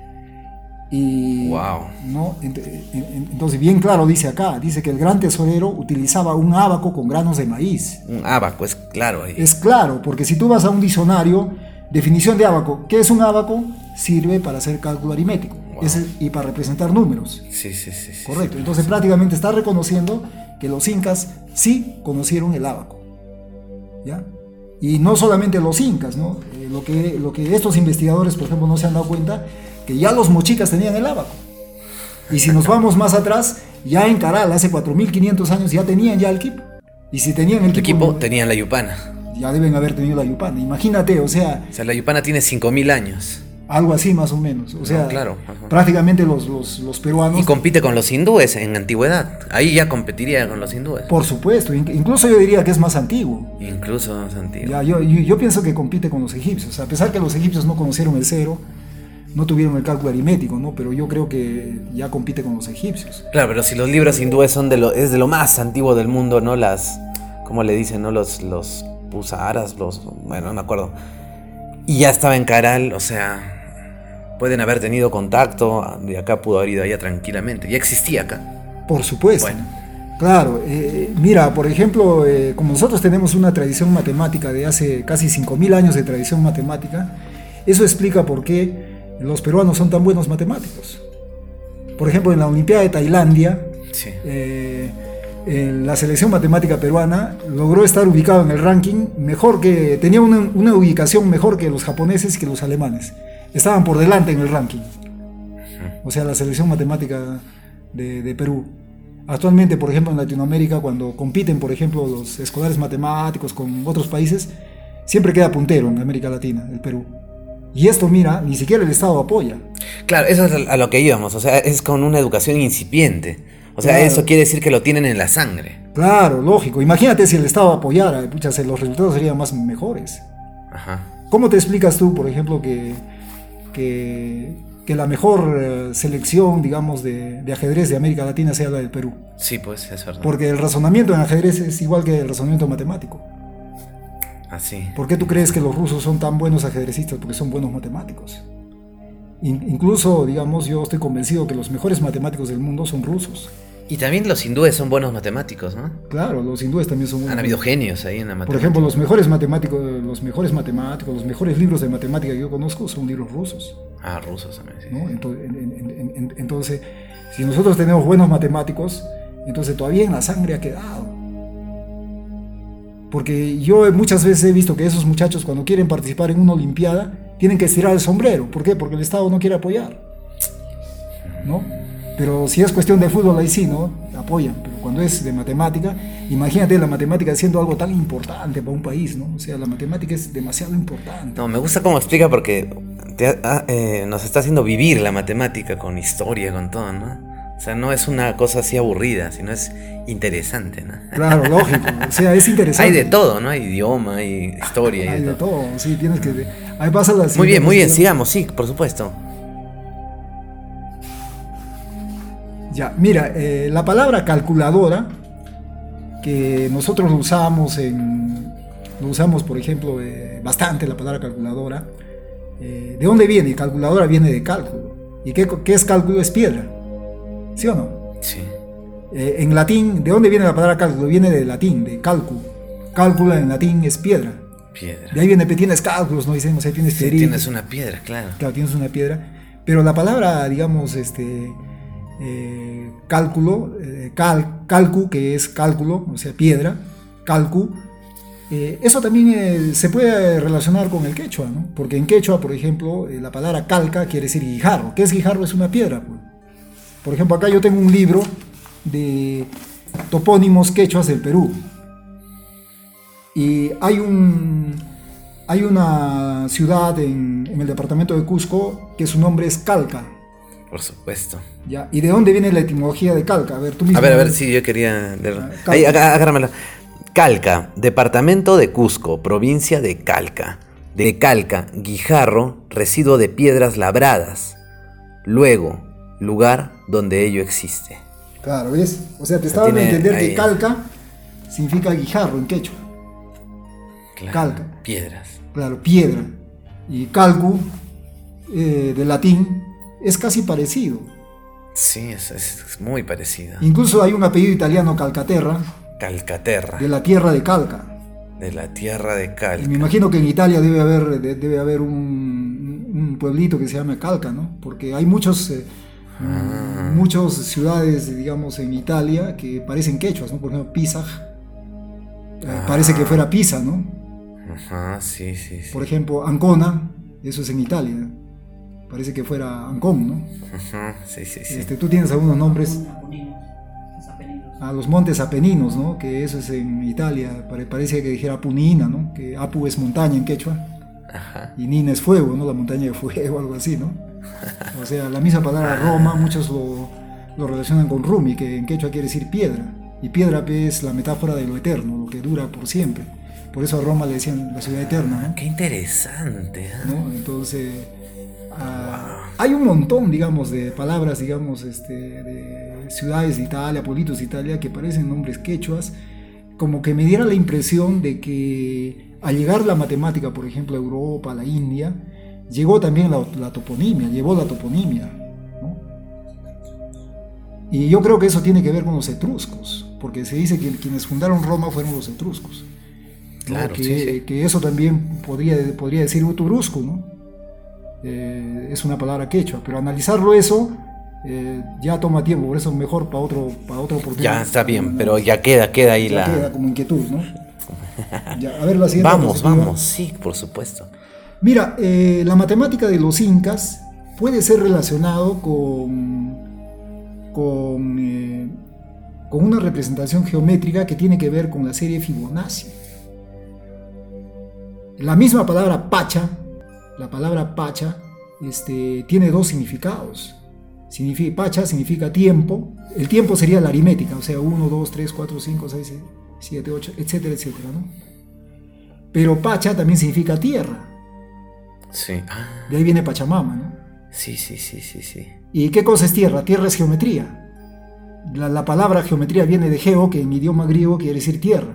Y, wow. ¿no? Entonces bien claro dice acá, dice que el gran tesorero utilizaba un ábaco con granos de maíz. Un ábaco, es claro ahí. Es claro, porque si tú vas a un diccionario, definición de ábaco, ¿qué es un ábaco? Sirve para hacer cálculo aritmético, wow. es, y para representar números. Sí, sí, sí. Correcto, sí, entonces sí. prácticamente está reconociendo que los incas sí conocieron el ábaco, ¿ya? Y no solamente los incas, ¿no? Eh, lo, que, lo que estos investigadores, por ejemplo, no se han dado cuenta, que ya los mochicas tenían el ábaco. Y si nos vamos más atrás, ya en Caral, hace cuatro mil quinientos años, ya tenían ya el quipo. Y si tenían el, el quipo, equipo, tenían la yupana. Ya deben haber tenido la yupana. Imagínate, o sea... O sea, la yupana tiene cinco mil años. Algo así más o menos. O sea, no, claro. Ajá. Prácticamente los, los, los peruanos... Y compite con los hindúes en antigüedad. Ahí ya competiría con los hindúes. Por supuesto. Incluso yo diría que es más antiguo. Incluso más antiguo. Ya, yo, yo, yo pienso que compite con los egipcios. A pesar que los egipcios no conocieron el cero, no tuvieron el cálculo aritmético, ¿no? Pero yo creo que ya compite con los egipcios. Claro, pero si los libros hindúes son de lo, es de lo más antiguo del mundo, ¿no? Las, ¿cómo le dicen, no? Los, los pusaras, los, bueno, no me acuerdo. Y ya estaba en Caral, o sea, pueden haber tenido contacto, de acá pudo haber ido allá tranquilamente, ya existía acá. Por supuesto. Bueno. Claro, eh, mira, por ejemplo, eh, como nosotros tenemos una tradición matemática de hace casi cinco mil años de tradición matemática, eso explica por qué los peruanos son tan buenos matemáticos. Por ejemplo, en la Olimpiada de Tailandia, Sí. eh, eh, la selección matemática peruana logró estar ubicado en el ranking mejor que, tenía una, una ubicación mejor que los japoneses y que los alemanes. Estaban por delante en el ranking. O sea, la selección matemática de, de Perú. Actualmente, por ejemplo, en Latinoamérica, cuando compiten, por ejemplo, los escolares matemáticos con otros países, siempre queda puntero en América Latina, el Perú. Y esto, mira, ni siquiera el Estado apoya. Claro, eso es a lo que íbamos, o sea, es con una educación incipiente. O sea, Claro. eso quiere decir que lo tienen en la sangre. Claro, lógico. Imagínate si el Estado apoyara, pucha, los resultados serían más mejores. Ajá. ¿Cómo te explicas tú, por ejemplo, que, que, que la mejor eh, selección, digamos, de, de ajedrez de América Latina sea la del Perú? Sí, pues, es verdad. Porque el razonamiento en ajedrez es igual que el razonamiento matemático. Así. ¿Por qué tú crees que los rusos son tan buenos ajedrecistas? Porque son buenos matemáticos. In- incluso, digamos, yo estoy convencido que los mejores matemáticos del mundo son rusos. Y también los hindúes son buenos matemáticos, ¿no? Claro, los hindúes también son buenos. Han habido genios ahí en la matemática. Por ejemplo, los mejores matemáticos, los mejores matemáticos, los mejores libros de matemática que yo conozco son libros rusos. Ah, rusos también, sí. ¿No? Entonces, en- en- en- entonces, si nosotros tenemos buenos matemáticos, entonces todavía en la sangre ha quedado. Porque yo muchas veces he visto que esos muchachos cuando quieren participar en una olimpiada tienen que estirar el sombrero. ¿Por qué? Porque el Estado no quiere apoyar, ¿no? Pero si es cuestión de fútbol, ahí sí, ¿no? Apoyan. Pero cuando es de matemática, imagínate la matemática siendo algo tan importante para un país, ¿no? O sea, la matemática es demasiado importante. No, me gusta cómo explica porque te, ah, eh, nos está haciendo vivir la matemática con historia, con todo, ¿no? O sea, no es una cosa así aburrida, sino es interesante, ¿no? Claro, lógico. O sea, es interesante. Hay de todo, ¿no? Hay idioma, hay historia, hay, Hay de de todo. todo, sí, tienes que... Ahí pasa la Muy bien, muy bien, siguiente- sigamos, sí, por supuesto. Ya, mira, eh, la palabra calculadora, que nosotros lo usamos en... Lo usamos, por ejemplo, eh, bastante la palabra calculadora. Eh, ¿De dónde viene? Calculadora viene de cálculo. ¿Y qué, qué es cálculo? Es piedra. ¿Sí o no? Sí. Eh, en latín, ¿de dónde viene la palabra cálculo? Viene del latín, de cálculo. Cálcula en latín es piedra. Piedra. De ahí viene, tienes cálculos, ¿no? Dicen, o sea, tienes Sí, piedritas. tienes una piedra, claro. Claro, tienes una piedra. Pero la palabra, digamos, este, eh, cálculo, eh, cal, calcu, que es cálculo, o sea, piedra, calcu, eh, eso también eh, se puede relacionar con el quechua, ¿no? Porque en quechua, por ejemplo, eh, la palabra calca quiere decir guijarro. ¿Qué es guijarro? Es una piedra, pues. Por ejemplo, acá yo tengo un libro de topónimos quechuas del Perú. Y hay un... Hay una ciudad en, en el departamento de Cusco que su nombre es Calca. Por supuesto. ¿Ya? ¿Y de dónde viene la etimología de Calca? A ver, tú mismo. A ver, a ver, sí, yo quería leerlo. Calca. Ahí, agá- agárramelo. Calca, departamento de Cusco, provincia de Calca. De Calca, Guijarro, residuo de piedras labradas. Luego, lugar donde ello existe. Claro, ¿ves? O sea, te estaba dando a Tiene entender ahí- que Calca significa guijarro en quechua. Claro, Calca. Piedras. Claro, piedra. Y calcu, eh, de latín, es casi parecido. Sí, es, es muy parecida. Incluso hay un apellido italiano, Calcaterra, Calcaterra, de la tierra de Calca. de la tierra de Y me Calca. imagino que en Italia debe haber, de- debe haber un, un pueblito que se llama Calca, ¿no? Porque hay muchos, eh, Ah. muchas ciudades, digamos, en Italia que parecen quechuas, ¿no? Por ejemplo, Pisa, eh, Ah. parece que fuera Pisa, ¿no? Ajá, sí, sí, sí. Por ejemplo, Ancona, eso es en Italia. Parece que fuera Ancón, ¿no? Ajá, sí, sí, sí. Este, tú tienes algunos nombres Apeninos, los Apeninos. a los montes Apeninos, ¿no? Que eso es en Italia. Pare- parece que dijera Apunina, ¿no? Que Apu es montaña en quechua Ajá. y Nina es fuego, ¿no? La montaña de fuego, algo así, ¿no? O sea, la misma palabra Roma, muchos lo, lo relacionan con Rumi, que en quechua quiere decir piedra. Y piedra pues, es la metáfora de lo eterno, lo que dura por siempre. Por eso a Roma le decían la ciudad eterna, ¿no? Qué interesante, ¿eh? ¿No? Entonces, ah, hay un montón, digamos, de palabras, digamos, este, de ciudades de Italia, pueblitos de Italia, que parecen nombres quechuas, como que me diera la impresión de que al llegar la matemática, por ejemplo, a Europa, a la India, llegó también la, la toponimia, llevó la toponimia, ¿no? Y yo creo que eso tiene que ver con los etruscos, porque se dice que quienes fundaron Roma fueron los etruscos. Claro, que, sí, sí. que eso también podría, podría decir uturusco, ¿no? Eh, es una palabra quechua, pero analizarlo eso eh, ya toma tiempo, por eso mejor para otro, para otra oportunidad. Ya está bien, pero ya queda, queda ahí ya la... queda como inquietud, ¿no? Ya, a ver la siguiente. Vamos, vamos, sí, por supuesto. Mira, eh, la matemática de los incas puede ser relacionado con, con, eh, con una representación geométrica que tiene que ver con la serie Fibonacci. La misma palabra pacha, la palabra pacha, este, tiene dos significados. Significa, pacha significa tiempo, el tiempo sería la aritmética, o sea, uno, dos, tres, cuatro, cinco, seis, siete, ocho, etcétera, etcétera, ¿no? Pero pacha también significa tierra. Sí. Ah, De ahí viene Pachamama, ¿no? sí, sí, sí, sí, sí. ¿Y qué cosa es tierra? Tierra es geometría. La, la palabra geometría viene de geo, que en idioma griego quiere decir tierra.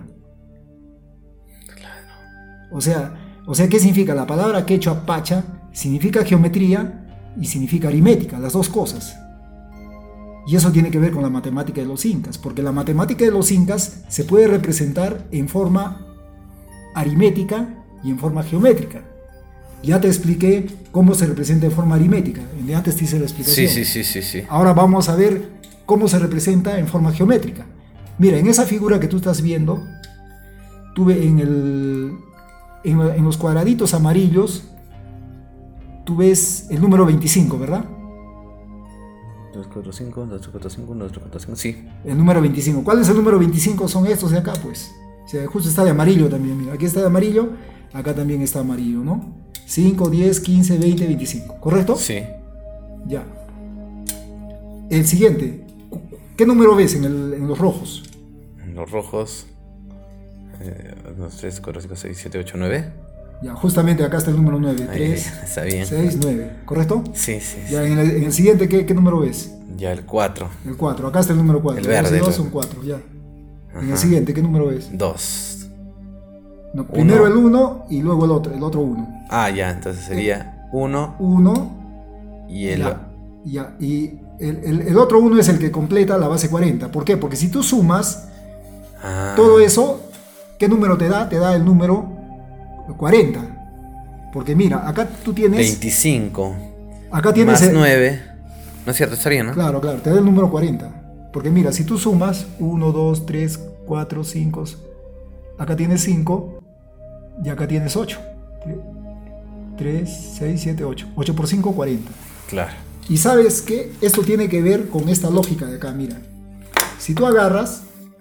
O sea, o sea, ¿qué significa? La palabra quechua pacha significa geometría y significa aritmética, las dos cosas. Y eso tiene que ver con la matemática de los incas, porque la matemática de los incas se puede representar en forma aritmética y en forma geométrica. Ya te expliqué cómo se representa en forma aritmética, antes te hice la explicación. Sí, sí, sí, sí, sí. Ahora vamos a ver cómo se representa en forma geométrica. Mira, en esa figura que tú estás viendo, tuve en el... En, en los cuadraditos amarillos, tú ves el número veinticinco, ¿verdad? dos, cuatro, cinco, dos, cuatro, cinco, dos, cuatro, cinco, sí. El número veinticinco. ¿Cuál es el número veinticinco? Son estos de acá, pues. O sea, justo está de amarillo también. Mira, aquí está de amarillo, acá también está amarillo, ¿no? cinco, diez, quince, veinte, veinticinco. ¿Correcto? Sí. Ya. El siguiente. ¿Qué número ves en, el, en los rojos? Los rojos. uno, dos, tres, cuatro, cinco, seis, siete, ocho, nueve. Ya, justamente acá está el número nueve. Ahí, tres, está bien. seis, nueve. ¿Correcto? Sí, sí. Ya, sí. en el, en el siguiente, ¿qué, ¿qué número ves? Ya el cuatro. El cuatro. Acá está el número cuatro. El verde, dos el son verde. cuatro, ya. En Ajá. el siguiente, ¿qué número ves? dos. No, primero Uno. el uno y luego el otro, el otro uno. Ah, ya, entonces sería uno uno y el... ya, ya, y el, el, el otro uno es el que completa la base cuarenta. ¿Por qué? Porque si tú sumas Ah, todo eso, ¿qué número te da? Te da el número cuarenta. Porque mira, acá tú tienes... veinticinco. Acá tienes Más el- nueve. No es cierto, está bien, ¿no? Claro, claro, te da el número cuarenta. Porque mira, si tú sumas uno, dos, tres, cuatro, cinco, acá tienes cinco y acá tienes ocho. tres, seis, siete, ocho. ocho por cinco, cuarenta. Claro. Y sabes que esto tiene que ver con esta lógica de acá, mira. Si tú agarras,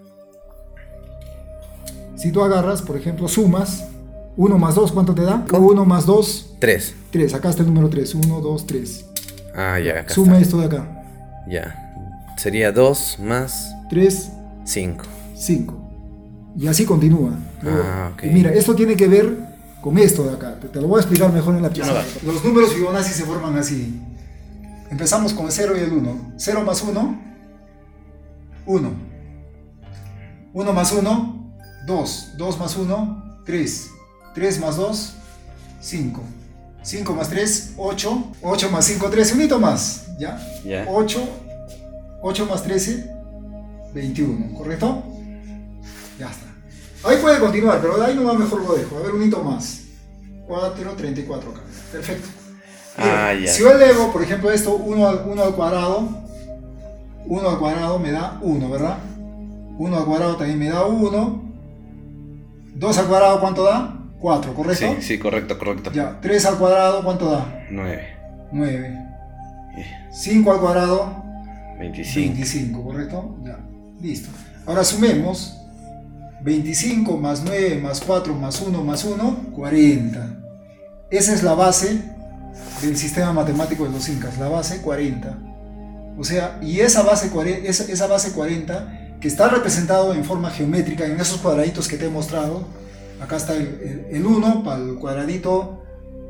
si tú agarras, por ejemplo, sumas uno más dos, ¿cuánto te da? uno más dos, tres. tres. Acá está el número tres. uno, dos, tres. Ah, ya, acá Suma está. esto de acá. Ya. Sería dos más tres, cinco. cinco. Y así continúa. Luego, Ah, ok. y mira, esto tiene que ver con esto de acá. Te, te lo voy a explicar mejor en la pizarra. Los números Fibonacci se forman así. Empezamos con el cero y el uno. cero más uno, uno. uno más uno, dos. dos más uno, tres. tres más dos, cinco. cinco más tres, ocho. ocho más cinco, trece. Un hito más. ¿Ya? Ya. ocho. ocho más trece, veintiuno. ¿Correcto? Ya está. Ahí puede continuar, pero de ahí no va, mejor lo dejo. A ver, un hito más. cuatro, treinta y cuatro acá. Perfecto. Ah, Bien, ya. si yo elevo, por ejemplo, esto, uno al, uno al cuadrado, uno al cuadrado me da uno, ¿verdad? uno al cuadrado también me da uno. dos al cuadrado, ¿cuánto da? cuatro, ¿correcto? Sí, sí, correcto, correcto. Ya, tres al cuadrado, ¿cuánto da? nueve. nueve. cinco al cuadrado, veinticinco. veinticinco, ¿correcto? Ya, listo. Ahora sumemos. veinticinco más nueve más cuatro más uno más uno, cuarenta. Esa es la base del sistema matemático de los incas, la base cuarenta. O sea, y esa base, esa, esa base cuarenta, que está representado en forma geométrica en esos cuadraditos que te he mostrado. Acá está el, el, el uno para el cuadradito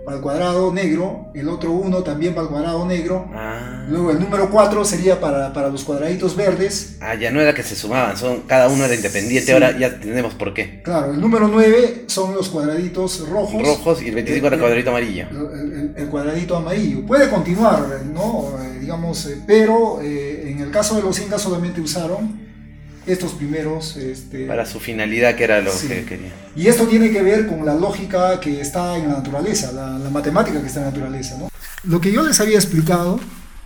para el cuadrado negro, el otro uno también para el cuadrado negro, Ah. luego el número cuatro sería para, para los cuadraditos verdes. Ah, ya no era que se sumaban, son, cada uno era independiente, Sí. ahora ya tenemos por qué. Claro, el número nueve son los cuadraditos rojos. Rojos y el veinticinco era el cuadradito amarillo. El, el- el cuadradito amarillo. Puede continuar, ¿no? Eh, digamos, eh, pero eh, en el caso de los incas solamente usaron estos primeros. Este, Para su finalidad, que era lo Sí. que quería. Y esto tiene que ver con la lógica que está en la naturaleza, la, la matemática que está en la naturaleza, ¿no? Lo que yo les había explicado,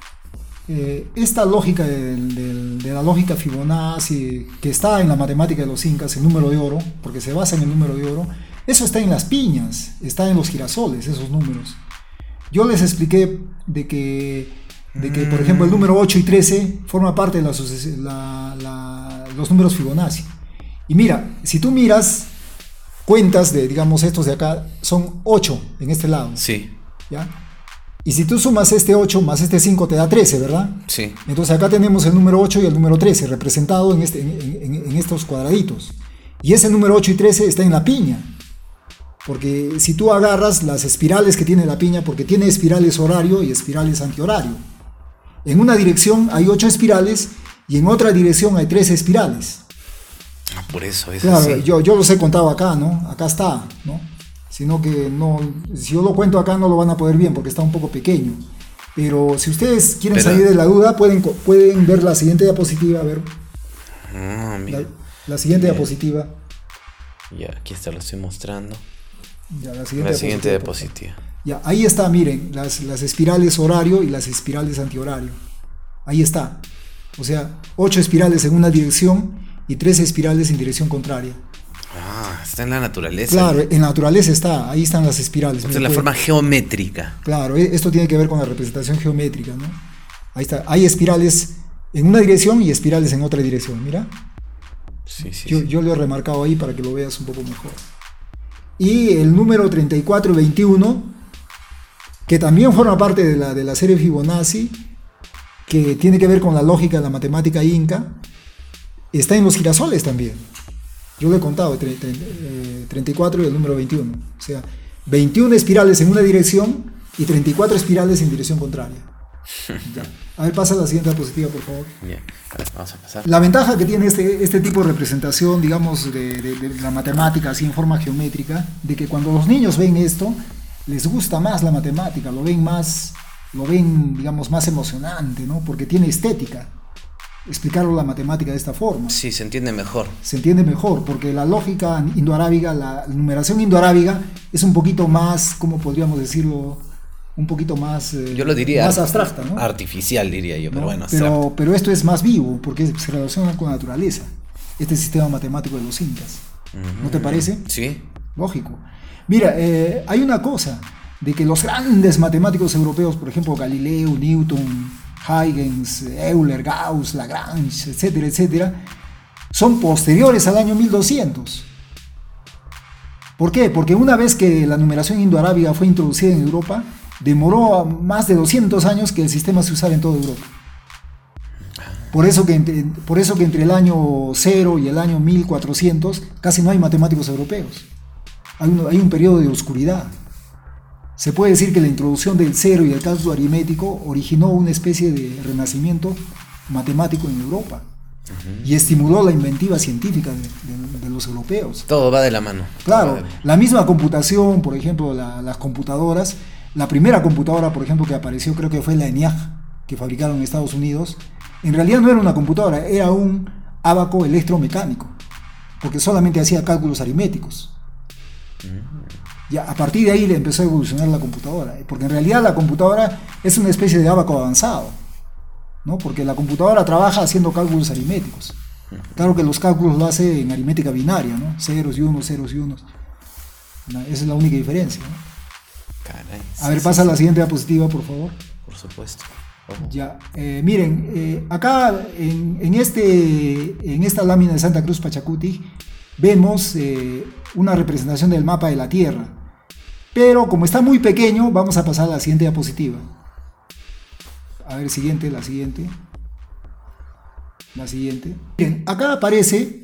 eh, esta lógica del- del- de la lógica Fibonacci, que está en la matemática de los incas, el número de oro, porque se basa en el número de oro, eso está en las piñas, está en los girasoles, esos números. Yo les expliqué de que, de que por ejemplo, el número ocho y trece forma parte de la suces- la- la- los números Fibonacci. Y mira, si tú miras cuentas de, digamos, estos de acá, son ocho en este lado, Sí, ¿ya? Y si tú sumas este ocho más este cinco te da trece, ¿verdad? sí. Entonces acá tenemos el número ocho y el número trece representado en, este, en, en- en estos cuadraditos. Y ese número ocho y trece está en la piña. Porque si tú agarras las espirales que tiene la piña, porque tiene espirales horario y espirales antihorario. En una dirección hay ocho espirales y en otra dirección hay trece espirales. Ah, por eso, es Claro, así. yo, yo los he contado acá, ¿no? Acá está, ¿no? Sino que no, si yo lo cuento acá no lo van a poder bien porque está un poco pequeño. Pero si ustedes quieren Pero- salir de la duda, pueden, co- pueden ver la siguiente diapositiva. A ver, Ah, mira. la, la siguiente Bien. diapositiva. Ya, aquí está, lo estoy mostrando. Ya, la siguiente La siguiente diapositiva, por favor. diapositiva. Ya, ahí está, miren, las, las espirales horario y las espirales antihorario. Ahí está. O sea, ocho espirales en una dirección y tres espirales en dirección contraria. Ah, está en la naturaleza. Claro, en la naturaleza está, ahí están las espirales. Esta es Mira, la pueden- forma geométrica. Claro, e- esto tiene que ver con la representación geométrica, ¿no? Ahí está, hay espirales en una dirección y espirales en otra dirección, mira. Sí, sí. Yo, sí. yo lo he remarcado ahí para que lo veas un poco mejor. Y el número treinta y cuatro y veintiuno, que también forma parte de la, de la serie Fibonacci, que tiene que ver con la lógica de la matemática inca, está en los girasoles también. Yo lo he contado, tre- tre- eh, treinta y cuatro y el número veintiuno. O sea, veintiuna espirales en una dirección y treinta y cuatro espirales en dirección contraria. Ya. A ver, pasa a la siguiente diapositiva, por favor. Ya, a ver, vamos a pasar. La ventaja que tiene este, este tipo de representación, digamos, de, de- de la matemática así en forma geométrica, de que cuando los niños ven esto, les gusta más la matemática, lo ven más, lo ven, digamos, más emocionante, ¿no? Porque tiene estética. Explicarlo la matemática de esta forma. Sí, se entiende mejor. Se entiende mejor, porque la lógica indoarábiga, la numeración indoarábiga es un poquito más, ¿cómo podríamos decirlo? Un poquito más, eh, Yo lo diría más ar- abstracta, ¿no? artificial, diría yo, pero ¿no? bueno, abstracto. pero, pero esto es más vivo, porque se relaciona con la naturaleza, este sistema matemático de los incas. ¿No te parece? Sí. Lógico. Mira, eh, hay una cosa, de que los grandes matemáticos europeos, por ejemplo, Galileo, Newton, Huygens, Euler, Gauss, Lagrange, etcétera, etcétera, son posteriores al año mil doscientos. ¿Por qué? Porque una vez que la numeración indoarábiga fue introducida en Europa, demoró más de doscientos años que el sistema se usara en toda Europa. Por eso que entre, por eso que entre el año cero y el año mil cuatrocientos casi no hay matemáticos europeos. Hay un, hay un periodo de oscuridad. Se puede decir que la introducción del cero y el cálculo aritmético originó una especie de renacimiento matemático en Europa. Uh-huh. Y estimuló la inventiva científica de, de, de los europeos. Todo va de la mano. Claro, de la mano. La misma computación, por ejemplo, la, las computadoras, la primera computadora, por ejemplo, que apareció creo que fue la ENIAC, que fabricaron en Estados Unidos, en realidad no era una computadora, era un ábaco electromecánico, porque solamente hacía cálculos aritméticos. Mm. Ya, a partir de ahí le empezó a evolucionar la computadora, porque en realidad la computadora es una especie de ábaco avanzado, ¿no? Porque la computadora trabaja haciendo cálculos aritméticos. Claro que los cálculos lo hace en aritmética binaria, ¿no? Ceros y unos, ceros y unos. Esa es la única diferencia, ¿no? Caray, a ver, sí, pasa sí, a la siguiente diapositiva, por favor. Por supuesto. Ojo. Ya, eh, miren, eh, acá en, en, este, en esta lámina de Santa Cruz Pachacuti vemos eh, una representación del mapa de la Tierra, pero como está muy pequeño, vamos a pasar a la siguiente diapositiva. A ver, siguiente, la siguiente. La siguiente. Bien, acá aparece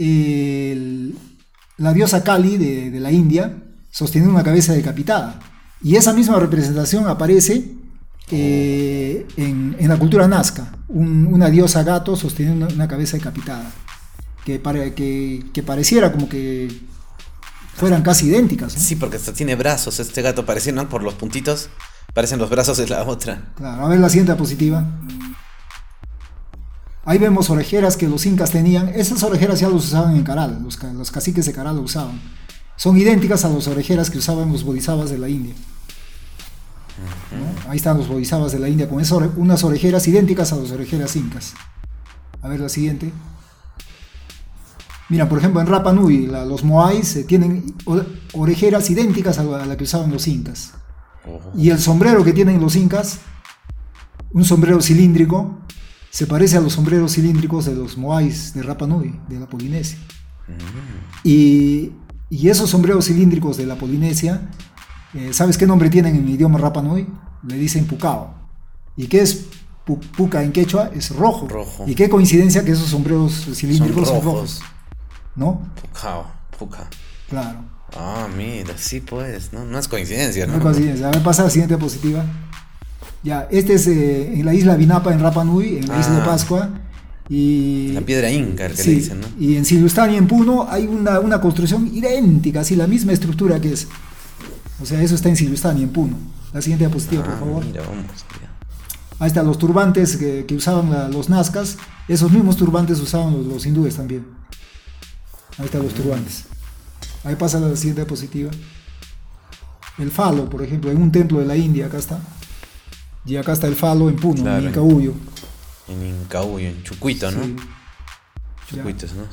el, la diosa Kali de, de la India, sosteniendo una cabeza decapitada. Y esa misma representación aparece eh, en, en la cultura nazca, un, una diosa gato sosteniendo una, una cabeza decapitada, que, pare, que, que pareciera como que fueran casi idénticas, ¿no? Sí, porque hasta tiene brazos, este gato parece, ¿no? Por los puntitos, parecen los brazos de la otra. Claro, a ver la siguiente diapositiva. Ahí vemos orejeras que los incas tenían. Esas orejeras ya las usaban en Caral, los, los caciques de Caral lo usaban. Son idénticas a las orejeras que usaban los bodhisattvas de la India. ¿No? Ahí están los bodhisattvas de la India con esas, unas orejeras idénticas a las orejeras incas. A ver la siguiente. Mira, por ejemplo, en Rapa Nui, la, los moais eh, tienen orejeras idénticas a la, a la que usaban los incas. Y el sombrero que tienen los incas, un sombrero cilíndrico, se parece a los sombreros cilíndricos de los moais de Rapa Nui, de la Polinesia. Mm. Y, y esos sombreros cilíndricos de la Polinesia, eh, ¿sabes qué nombre tienen en el idioma Rapa Nui? Le dicen pucao. ¿Y qué es pu puca en quechua? Es rojo. rojo. Y qué coincidencia que esos sombreros cilíndricos son, son rojos. rojos, ¿no? Pucao, puca. Claro. Ah, mira, sí pues, no, no es coincidencia, ¿no? No es coincidencia. A ver, pasa a la siguiente diapositiva. Ya, este es eh, en la isla Vinapa, en Rapa Nui, en la ah, isla de Pascua. Y, la piedra inca, el que sí, le dicen, ¿no? Y en Silustán y en Puno hay una, una construcción idéntica, así la misma estructura que es. O sea, eso está en Silustán y en Puno. La siguiente diapositiva, ah, por favor. Mira, vamos, mira. Ahí están los turbantes que, que usaban la, los nazcas. Esos mismos turbantes usaban los, los hindúes también. Ahí están los turbantes. Ahí pasa la siguiente diapositiva. El falo, por ejemplo, en un templo de la India, acá está. Y acá está el falo en Puno, claro, en Incahuyo. En Incahuyo, en Chucuito, ¿no? Sí. Chucuitos, ¿no?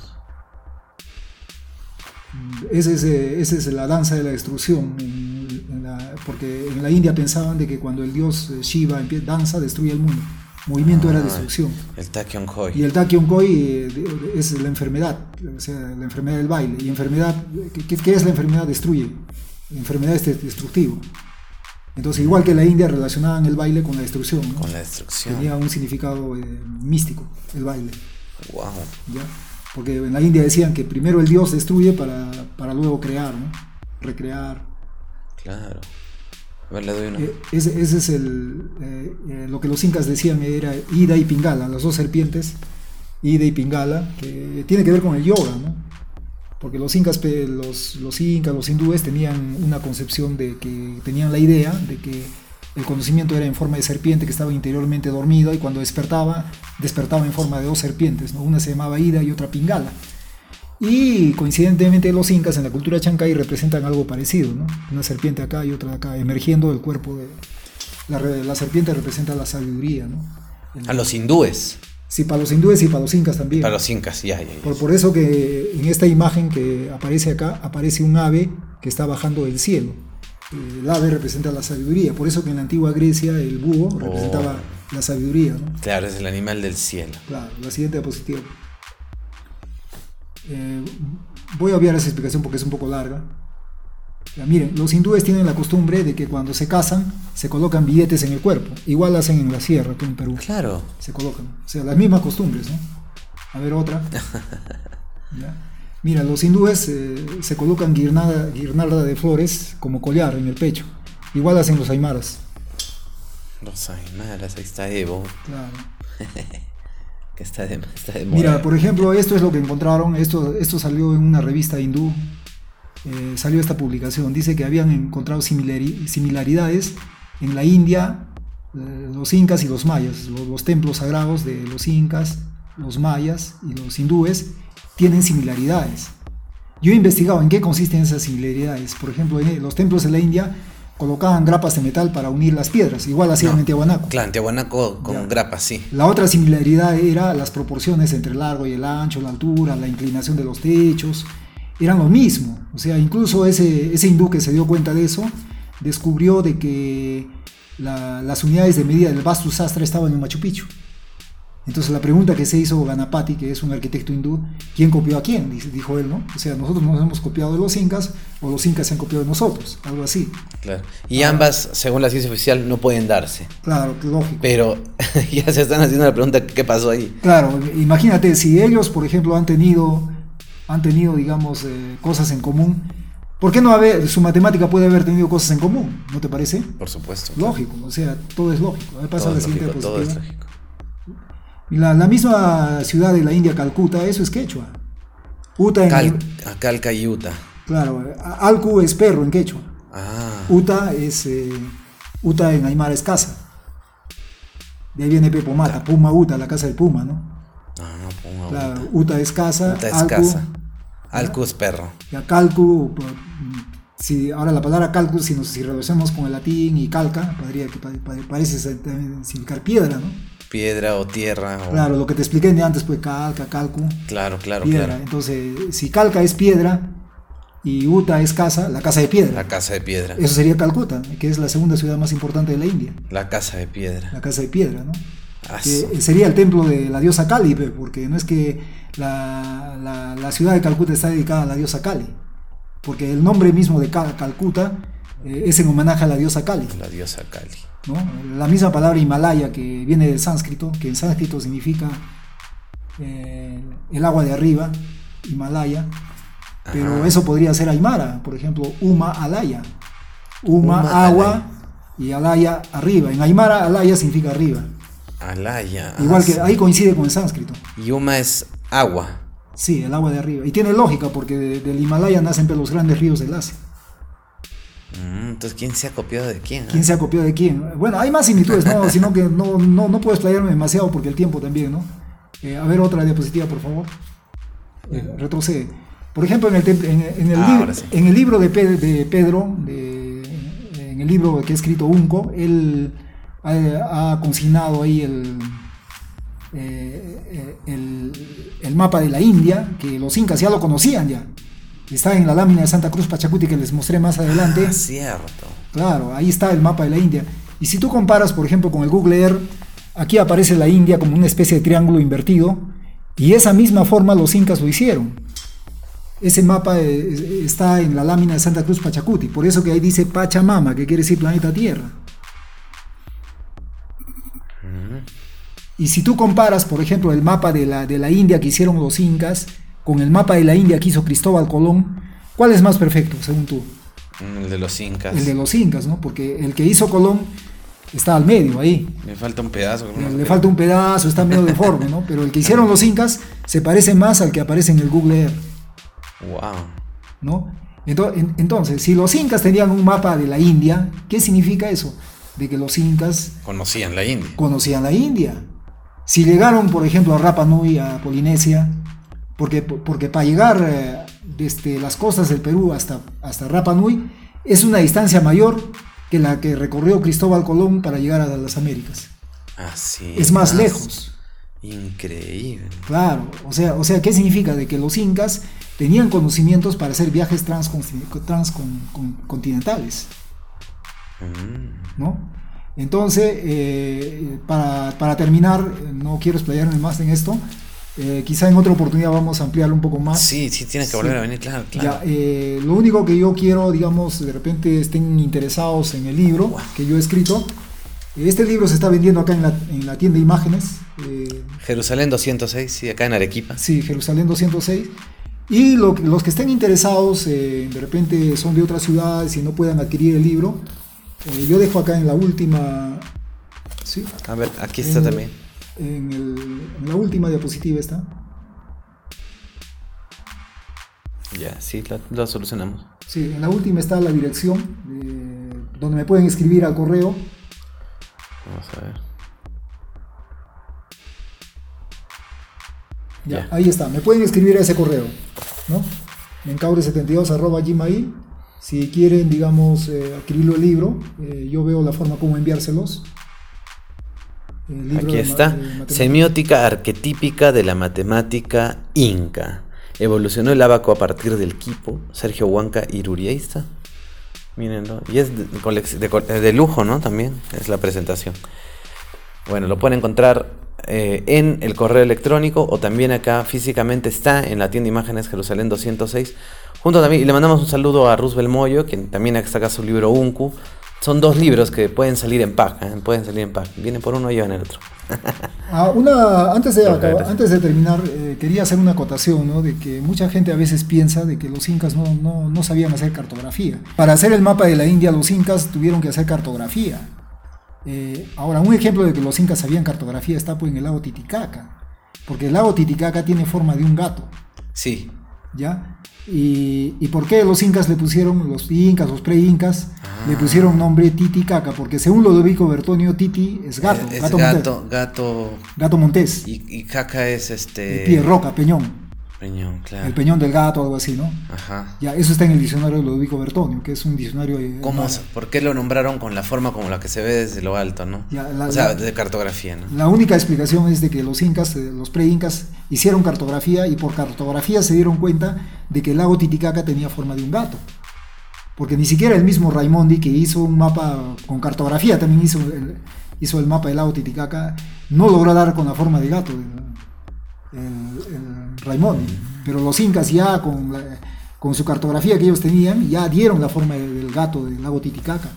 Esa es, esa es la danza de la destrucción. En, en la, porque en la India pensaban de que cuando el dios Shiva danza, destruye el mundo. Movimiento ah, era destrucción. El Takion Koi. Y el Takion Koi eh, es la enfermedad, o sea, la enfermedad del baile. Y enfermedad, ¿qué, qué es la enfermedad? Destruye. La enfermedad es destructivo. Entonces, igual que la India, relacionaban el baile con la destrucción, ¿no? Con la destrucción. Tenía un significado eh, místico, el baile. Wow. ¿Ya? Porque en la India decían que primero el dios destruye para, para luego crear, ¿no? Recrear. Claro. A ver, le doy uno. Eh, ese, ese es el, eh, eh, lo que los incas decían era Ida y Pingala, las dos serpientes, Ida y Pingala, que tiene que ver con el yoga, ¿no? Porque los incas, los, los incas, los hindúes tenían una concepción de que tenían la idea de que el conocimiento era en forma de serpiente que estaba interiormente dormida y cuando despertaba, despertaba en forma de dos serpientes, ¿no? Una se llamaba Ida y otra Pingala. Y coincidentemente los incas en la cultura chancay representan algo parecido, ¿no? Una serpiente acá y otra acá, emergiendo del cuerpo de... La, la serpiente representa la sabiduría, ¿no? El, a los hindúes. Sí, para los hindúes y para los incas también. Para los incas, ya, ya, ya. Por, por eso que en esta imagen que aparece acá, aparece un ave que está bajando del cielo. El ave representa la sabiduría, por eso que en la antigua Grecia el búho representaba oh. la sabiduría, ¿no? Claro, es el animal del cielo. Claro, la siguiente diapositiva. Eh, voy a obviar esa explicación porque es un poco larga. Ya, miren, los hindúes tienen la costumbre de que cuando se casan se colocan billetes en el cuerpo. Igual hacen en la sierra, aquí en Perú. Claro. Se colocan. O sea, las mismas costumbres, ¿no? A ver otra. ¿Ya? Mira, los hindúes eh, se colocan guirnalda, guirnalda de flores como collar en el pecho. Igual hacen los aymaras. Los aymaras, ahí está Evo. Claro. Que está de, está de moda. Mira, por ejemplo, esto es lo que encontraron. Esto, esto salió en una revista hindú. Eh, salió esta publicación, dice que habían encontrado similari similaridades en la India, eh, los incas y los mayas, los, los templos sagrados de los incas, los mayas y los hindúes tienen similaridades. Yo he investigado en qué consisten esas similaridades. Por ejemplo, en los templos de la India colocaban grapas de metal para unir las piedras, igual hacían no, en Tiahuanaco. Claro, en Tiahuanaco con ya. grapas, sí. La otra similaridad era las proporciones entre el largo y el ancho, la altura, la inclinación de los techos. Eran lo mismo, o sea, incluso ese, ese hindú que se dio cuenta de eso, descubrió de que la, las unidades de medida del Vastu Sastra estaban en Machu Picchu. Entonces la pregunta que se hizo Ganapati, que es un arquitecto hindú, ¿quién copió a quién? Dijo él, ¿no? O sea, nosotros nos hemos copiado de los incas, o los incas se han copiado de nosotros, algo así. Claro, y ah, ambas, según la ciencia oficial, no pueden darse. Claro, lógico. Pero ya se están haciendo la pregunta, ¿qué pasó ahí? Claro, imagínate, si ellos, por ejemplo, han tenido... han tenido, digamos, eh, cosas en común, ¿Por qué no haber, su matemática puede haber tenido cosas en común? ¿No te parece? Por supuesto. Lógico, o sea, todo es lógico. Ahí pasa Todo la es siguiente lógico, todo es diapositiva. lógico. Y La, la misma ciudad de la India, Calcuta, eso es quechua. Uta en Cal, a Calca y Utah. Claro, a- Alcu es perro en quechua. Ah, Uta es eh, Uta en Aymara es casa. De ahí viene Pepomata, Puma Uta, la casa del Puma, ¿no? ah, no, ponga Claro, Utah. Uta es casa, Utah es Alcu, casa. Alcu es perro. y a Calcu, pues, si ahora la palabra calcu, si nos si relacionamos con el latín y calca, podría que pa- pa- parece ser- también significar piedra, ¿no? Piedra o tierra. O... Claro, lo que te expliqué de antes, pues calca, calcu, claro, claro, piedra. claro. Entonces, si calca es piedra y Uta es casa, la casa de piedra. La casa de piedra. Eso sería Calcuta, que es la segunda ciudad más importante de la India, La casa de piedra. la casa de piedra, ¿no? Ah, Que sería el templo de la diosa Kali, pe, porque no es que la, la- la ciudad de Calcuta está dedicada a la diosa Kali, porque el nombre mismo de Cal- Calcuta eh, es en homenaje a la diosa Kali, la diosa Kali. ¿no? La misma palabra Himalaya, que viene del sánscrito, que en sánscrito significa eh, el agua de arriba, Himalaya, pero Ajá. eso podría ser Aymara, por ejemplo, Uma Alaya. Uma, Uma agua, Alaya. y Alaya arriba. En Aymara, Alaya significa arriba. Alaya. Igual ah, que sí. ahí coincide con el sánscrito. Yuma es agua. Sí, el agua de arriba. Y tiene lógica porque de- del Himalaya nacen pues, los grandes ríos del Asia. Mm, entonces, ¿quién se ha copiado de quién? ¿Quién se ha copiado de quién? Bueno, hay más similitudes, ¿no? Sino que no, no, no puedo explayarme demasiado porque el tiempo también, ¿no? Eh, a ver, otra diapositiva, por favor. Eh, retrocede. Por ejemplo, en el, tem- en, en el, Ah, lib- ahora sí. en el libro de, Pe- de Pedro, de- en el libro que ha escrito Unco, él ha, ha consignado ahí el, eh, eh, el, el mapa de la India, que los incas ya lo conocían ya. Está en la lámina de Santa Cruz Pachacuti que les mostré más adelante. Ah, cierto. Claro, ahí está el mapa de la India. Y si tú comparas, por ejemplo, con el Google Earth, aquí aparece la India como una especie de triángulo invertido, y esa misma forma los incas lo hicieron. Ese mapa eh, está en la lámina de Santa Cruz Pachacuti, por eso que ahí dice Pachamama, que quiere decir planeta Tierra. Y si tú comparas, por ejemplo, el mapa de la, de la India que hicieron los incas con el mapa de la India que hizo Cristóbal Colón, ¿cuál es más perfecto, según tú? Mm, el de los incas. El de los incas, ¿no? Porque el que hizo Colón está al medio, ahí. Me falta un pedazo. Le, le falta un pedazo, está medio deforme, ¿no? Pero el que hicieron los incas se parece más al que aparece en el Google Earth, Wow. ¿no? Ento- en- Entonces, si los incas tenían un mapa de la India, ¿qué significa eso? De que los incas Conocían la India. conocían la India. Si llegaron, por ejemplo, a Rapa Nui, a Polinesia, porque, porque para llegar eh, desde las costas del Perú hasta, hasta Rapa Nui es una distancia mayor que la que recorrió Cristóbal Colón para llegar a las Américas. Así. Es más lejos. Increíble. Claro, o sea, o sea, ¿qué significa? De que los incas tenían conocimientos para hacer viajes transcontinentales, Mm. ¿no? Entonces, eh, para, para terminar, no quiero explayarme más en esto, eh, quizá en otra oportunidad vamos a ampliar un poco más. Sí, sí, tiene que Sí. volver a venir, claro, claro. Ya, eh, lo único que yo quiero, digamos, de repente estén interesados en el libro que yo he escrito. Este libro se está vendiendo acá en la, en la tienda de imágenes. eh, Jerusalén doscientos seis, sí, acá en Arequipa. Sí, Jerusalén doscientos seis. Y lo- los que estén interesados, eh, de repente son de otras ciudades y no puedan adquirir el libro, eh, yo dejo acá en la última. ¿Sí? A ver, aquí está en, también. En, el- en la última diapositiva está. Ya, sí, lo, lo solucionamos. Sí, en la última está la dirección eh, donde me pueden escribir al correo. Vamos a ver. Ya, Ya. ahí está, me pueden escribir a ese correo, ¿no? mencaure setenta y dos arroba gmail. Si quieren, digamos, eh, adquirirlo el libro, eh, yo veo la forma como enviárselos. El libro Aquí de ma- está. de matemáticas. Semiótica arquetípica de la matemática inca. Evolucionó el ábaco a partir del quipu. Sergio Huanca Iruri. Ahí está. Mírenlo. Y es de, colec- de, col- de lujo, ¿no? También es la presentación. Bueno, lo pueden encontrar eh, en el correo electrónico o también acá físicamente está en la tienda de imágenes Jerusalén doscientos seis. Junto también, y le mandamos un saludo a Roosevelt Moyo, quien también saca su libro Uncu, Son dos libros que pueden salir en pack, ¿eh? Pueden salir en pack. Vienen por uno y llevan el otro. Ah, una, antes, de Ok, acabar- gracias. antes de terminar, eh, quería hacer una acotación, ¿no? De que mucha gente a veces piensa de que los incas no, no, no sabían hacer cartografía. Para hacer el mapa de la India, los incas tuvieron que hacer cartografía. Eh, ahora, un ejemplo de que los incas sabían cartografía está pues, en el lago Titicaca, porque el lago Titicaca tiene forma de un gato, Sí. ¿ya? Y, ¿y por qué los incas le pusieron, los incas, los pre-incas, Ah. le pusieron nombre Titicaca? Porque según Lodovico Bertonio, Titi es gato, Es gato, gato, montés, gato. gato montés, Y, y caca es este. el pie, roca, peñón, Peñón, claro. el peñón del gato, algo así, ¿no? Ajá. Ya, eso está en el diccionario de Lodovico Bertonio, que es un diccionario... eh, ¿Cómo, maya. se- ¿Por qué lo nombraron con la forma como la que se ve desde lo alto, no? Ya, la- o sea, la- de cartografía, ¿no? La única explicación es de que los incas, eh, los pre-incas, hicieron cartografía y por cartografía se dieron cuenta de que el lago Titicaca tenía forma de un gato. Porque ni siquiera el mismo Raimondi, que hizo un mapa con cartografía, también hizo el, hizo el mapa del lago Titicaca, no logró dar con la forma de gato el, el- el Raimondi. Pero los incas ya con, la- con su cartografía que ellos tenían, ya dieron la forma de- del gato del lago Titicaca,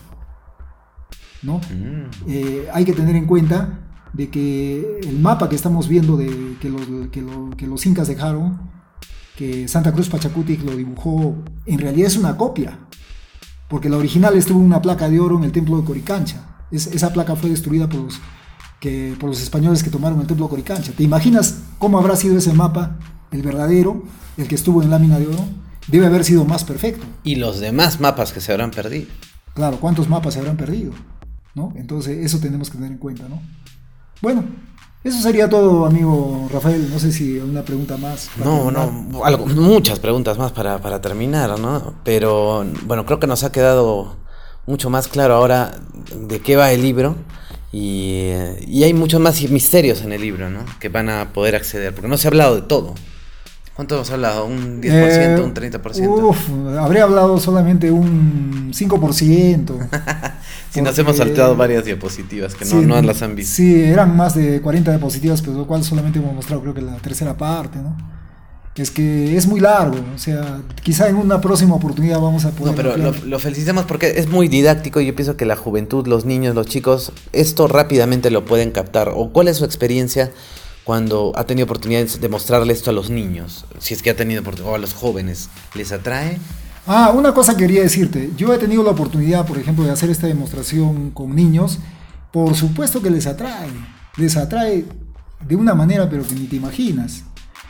¿no? Mm. Eh, hay que tener en cuenta de que el mapa que estamos viendo de que los, que lo- que los incas dejaron, que Santa Cruz Pachacutic lo dibujó, en realidad es una copia, porque la original estuvo en una placa de oro en el templo de Coricancha. Es- esa placa fue destruida por los, que, por los españoles que tomaron el templo de Coricancha. ¿Te imaginas cómo habrá sido ese mapa, el verdadero, el que estuvo en lámina de oro? Debe haber sido más perfecto. Y los demás mapas que se habrán perdido. Claro, ¿cuántos mapas se habrán perdido? ¿No? Entonces eso tenemos que tener en cuenta, ¿no? Bueno, eso sería todo, amigo Rafael. No sé si una pregunta más. para No, terminar. no, algo, muchas preguntas más para, para terminar, ¿no? Pero bueno, creo que nos ha quedado mucho más claro ahora de qué va el libro y, eh, y hay muchos más misterios en el libro, ¿no? Que van a poder acceder, porque no se ha hablado de todo. ¿Cuánto hemos hablado? ¿Un diez por ciento? Eh, ¿Un treinta por ciento? Uf, habré hablado solamente un cinco por ciento. Sí, nos porque- hemos saltado varias diapositivas que no, Sí, no las han visto. Sí, eran más de cuarenta diapositivas, pero lo cual solamente hemos mostrado creo que la tercera parte, ¿no? Es que es muy largo, o sea, quizá en una próxima oportunidad vamos a poder... No, pero lo, ampliar. lo felicitamos porque es muy didáctico y yo pienso que la juventud, los niños, los chicos, esto rápidamente lo pueden captar. ¿O cuál es su experiencia cuando ha tenido oportunidad de mostrarle esto a los niños? Si es que ha tenido oportunidad, o a los jóvenes, ¿les atrae? Ah, una cosa quería decirte. Yo he tenido la oportunidad, por ejemplo, de hacer esta demostración con niños. Por supuesto que les atrae. Les atrae de una manera, pero que ni te imaginas.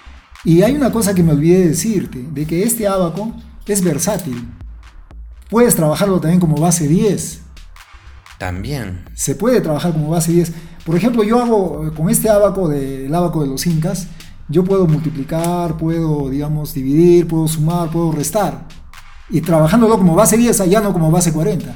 Y hay una cosa que me olvidé de decirte, de que este ábaco es versátil. Puedes trabajarlo también como base diez. También. Se puede trabajar como base diez. Por ejemplo, yo hago eh, con este ábaco, de, el ábaco de los incas, yo puedo multiplicar, puedo, digamos, dividir, puedo sumar, puedo restar. Y trabajándolo como base diez, allá no como base cuarenta.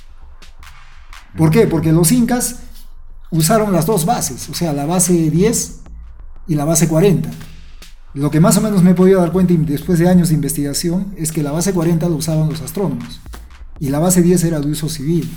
¿Por qué? Porque los incas usaron las dos bases, o sea, la base diez y la base cuarenta. Lo que más o menos me he podido dar cuenta después de años de investigación es que la base cuarenta la usaban los astrónomos y la base diez era de uso civil.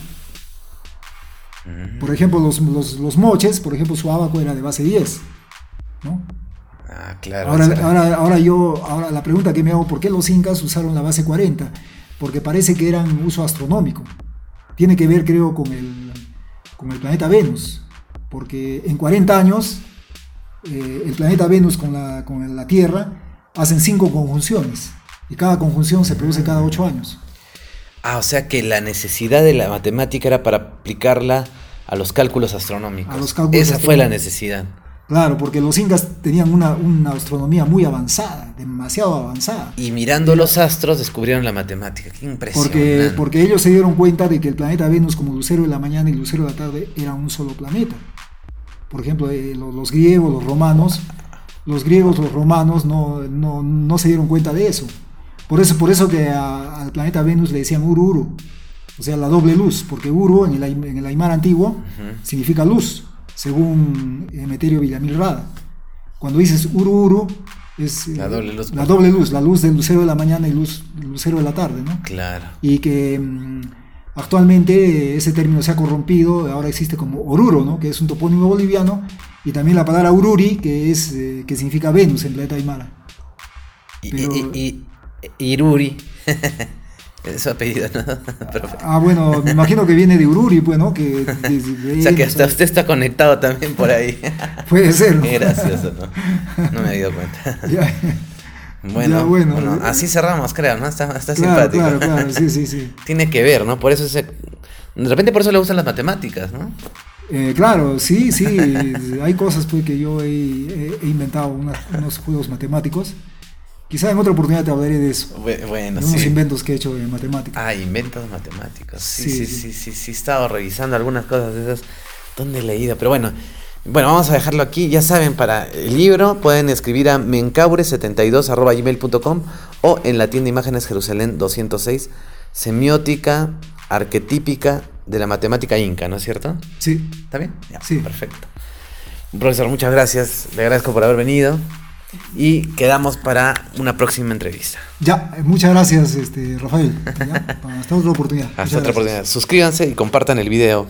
Por ejemplo, los, los, los moches, por ejemplo, su ábaco era de base diez, ¿no? Ah, claro. Ahora, será. ahora, ahora yo, ahora la pregunta que me hago, ¿por qué los incas usaron la base cuarenta? Porque parece que eran uso astronómico. Tiene que ver, creo, con el, con el planeta Venus. Porque en cuarenta años, eh, el planeta Venus con la, con la Tierra hacen cinco conjunciones. Y cada conjunción se produce cada ocho años. Ah, o sea que la necesidad de la matemática era para aplicarla a los cálculos astronómicos. A los cálculos Esa fue la astronómicos. necesidad. Claro, porque los incas tenían una, una astronomía muy avanzada, demasiado avanzada. Y mirando los astros descubrieron la matemática. Qué impresionante. Porque, porque ellos se dieron cuenta de que el planeta Venus, como lucero de la mañana y lucero de la tarde, era un solo planeta. Por ejemplo, eh, los, los griegos, los romanos, los griegos, los romanos no, no, no se dieron cuenta de eso. Por eso, por eso que a- al planeta Venus le decían Uru Uru, o sea, la doble luz, porque Uru en el, Aym- en el Aymar antiguo Ujú. significa luz, según Emeterio Villamil Rada. Cuando dices Uru Uru, es eh, La doble luz. la doble luz, la luz del lucero de la mañana y luz lucero de la tarde, ¿no? Claro. Y que mm, actualmente eh, ese término se ha corrompido, ahora existe como Oruro, ¿no? Que es un topónimo boliviano, y también la palabra Ururi, que es eh, que significa Venus en planeta Aymara. Y, Pero- y- y- y- Iruri. Es su apellido, ¿no? Profe. Ah, bueno, me imagino que viene de Ururi, pues, ¿no? Que, de, de O sea él, que o hasta sea, usted está conectado también por ahí. puede ser, ¿no? Qué gracioso, ¿no? No me había dado cuenta. Ya. Bueno, Ya, bueno. bueno, así cerramos, creo, ¿no? Está, está Claro, simpático. claro, claro, sí, sí, sí. Tiene que ver, ¿no? Por eso se... De repente por eso le gustan las matemáticas, ¿no? Eh, claro, sí, sí, hay cosas pues, que yo he, he- he inventado, unas- unos juegos matemáticos. Quizá en otra oportunidad te hablaré de eso, Bu- Bueno, de unos sí. inventos que he hecho en matemáticas. Ah, inventos matemáticos. Sí, sí, Sí, sí, sí. sí, sí, he estado revisando algunas cosas de esas. ¿Dónde he leído? Pero bueno, bueno, vamos a dejarlo aquí. Ya saben, para el libro pueden escribir a mencaure setenta y dos arroba gmail punto com o en la tienda Imágenes Jerusalén doscientos seis, semiótica arquetípica de la matemática inca, ¿no es cierto? Sí, ¿Está bien? Ya, Sí. perfecto. Profesor, muchas gracias. Le agradezco por haber venido y quedamos para una próxima entrevista. ya, muchas gracias, este, Rafael. ¿Ya? Hasta otra oportunidad. Muchas Hasta otra gracias. oportunidad. Suscríbanse y compartan el video.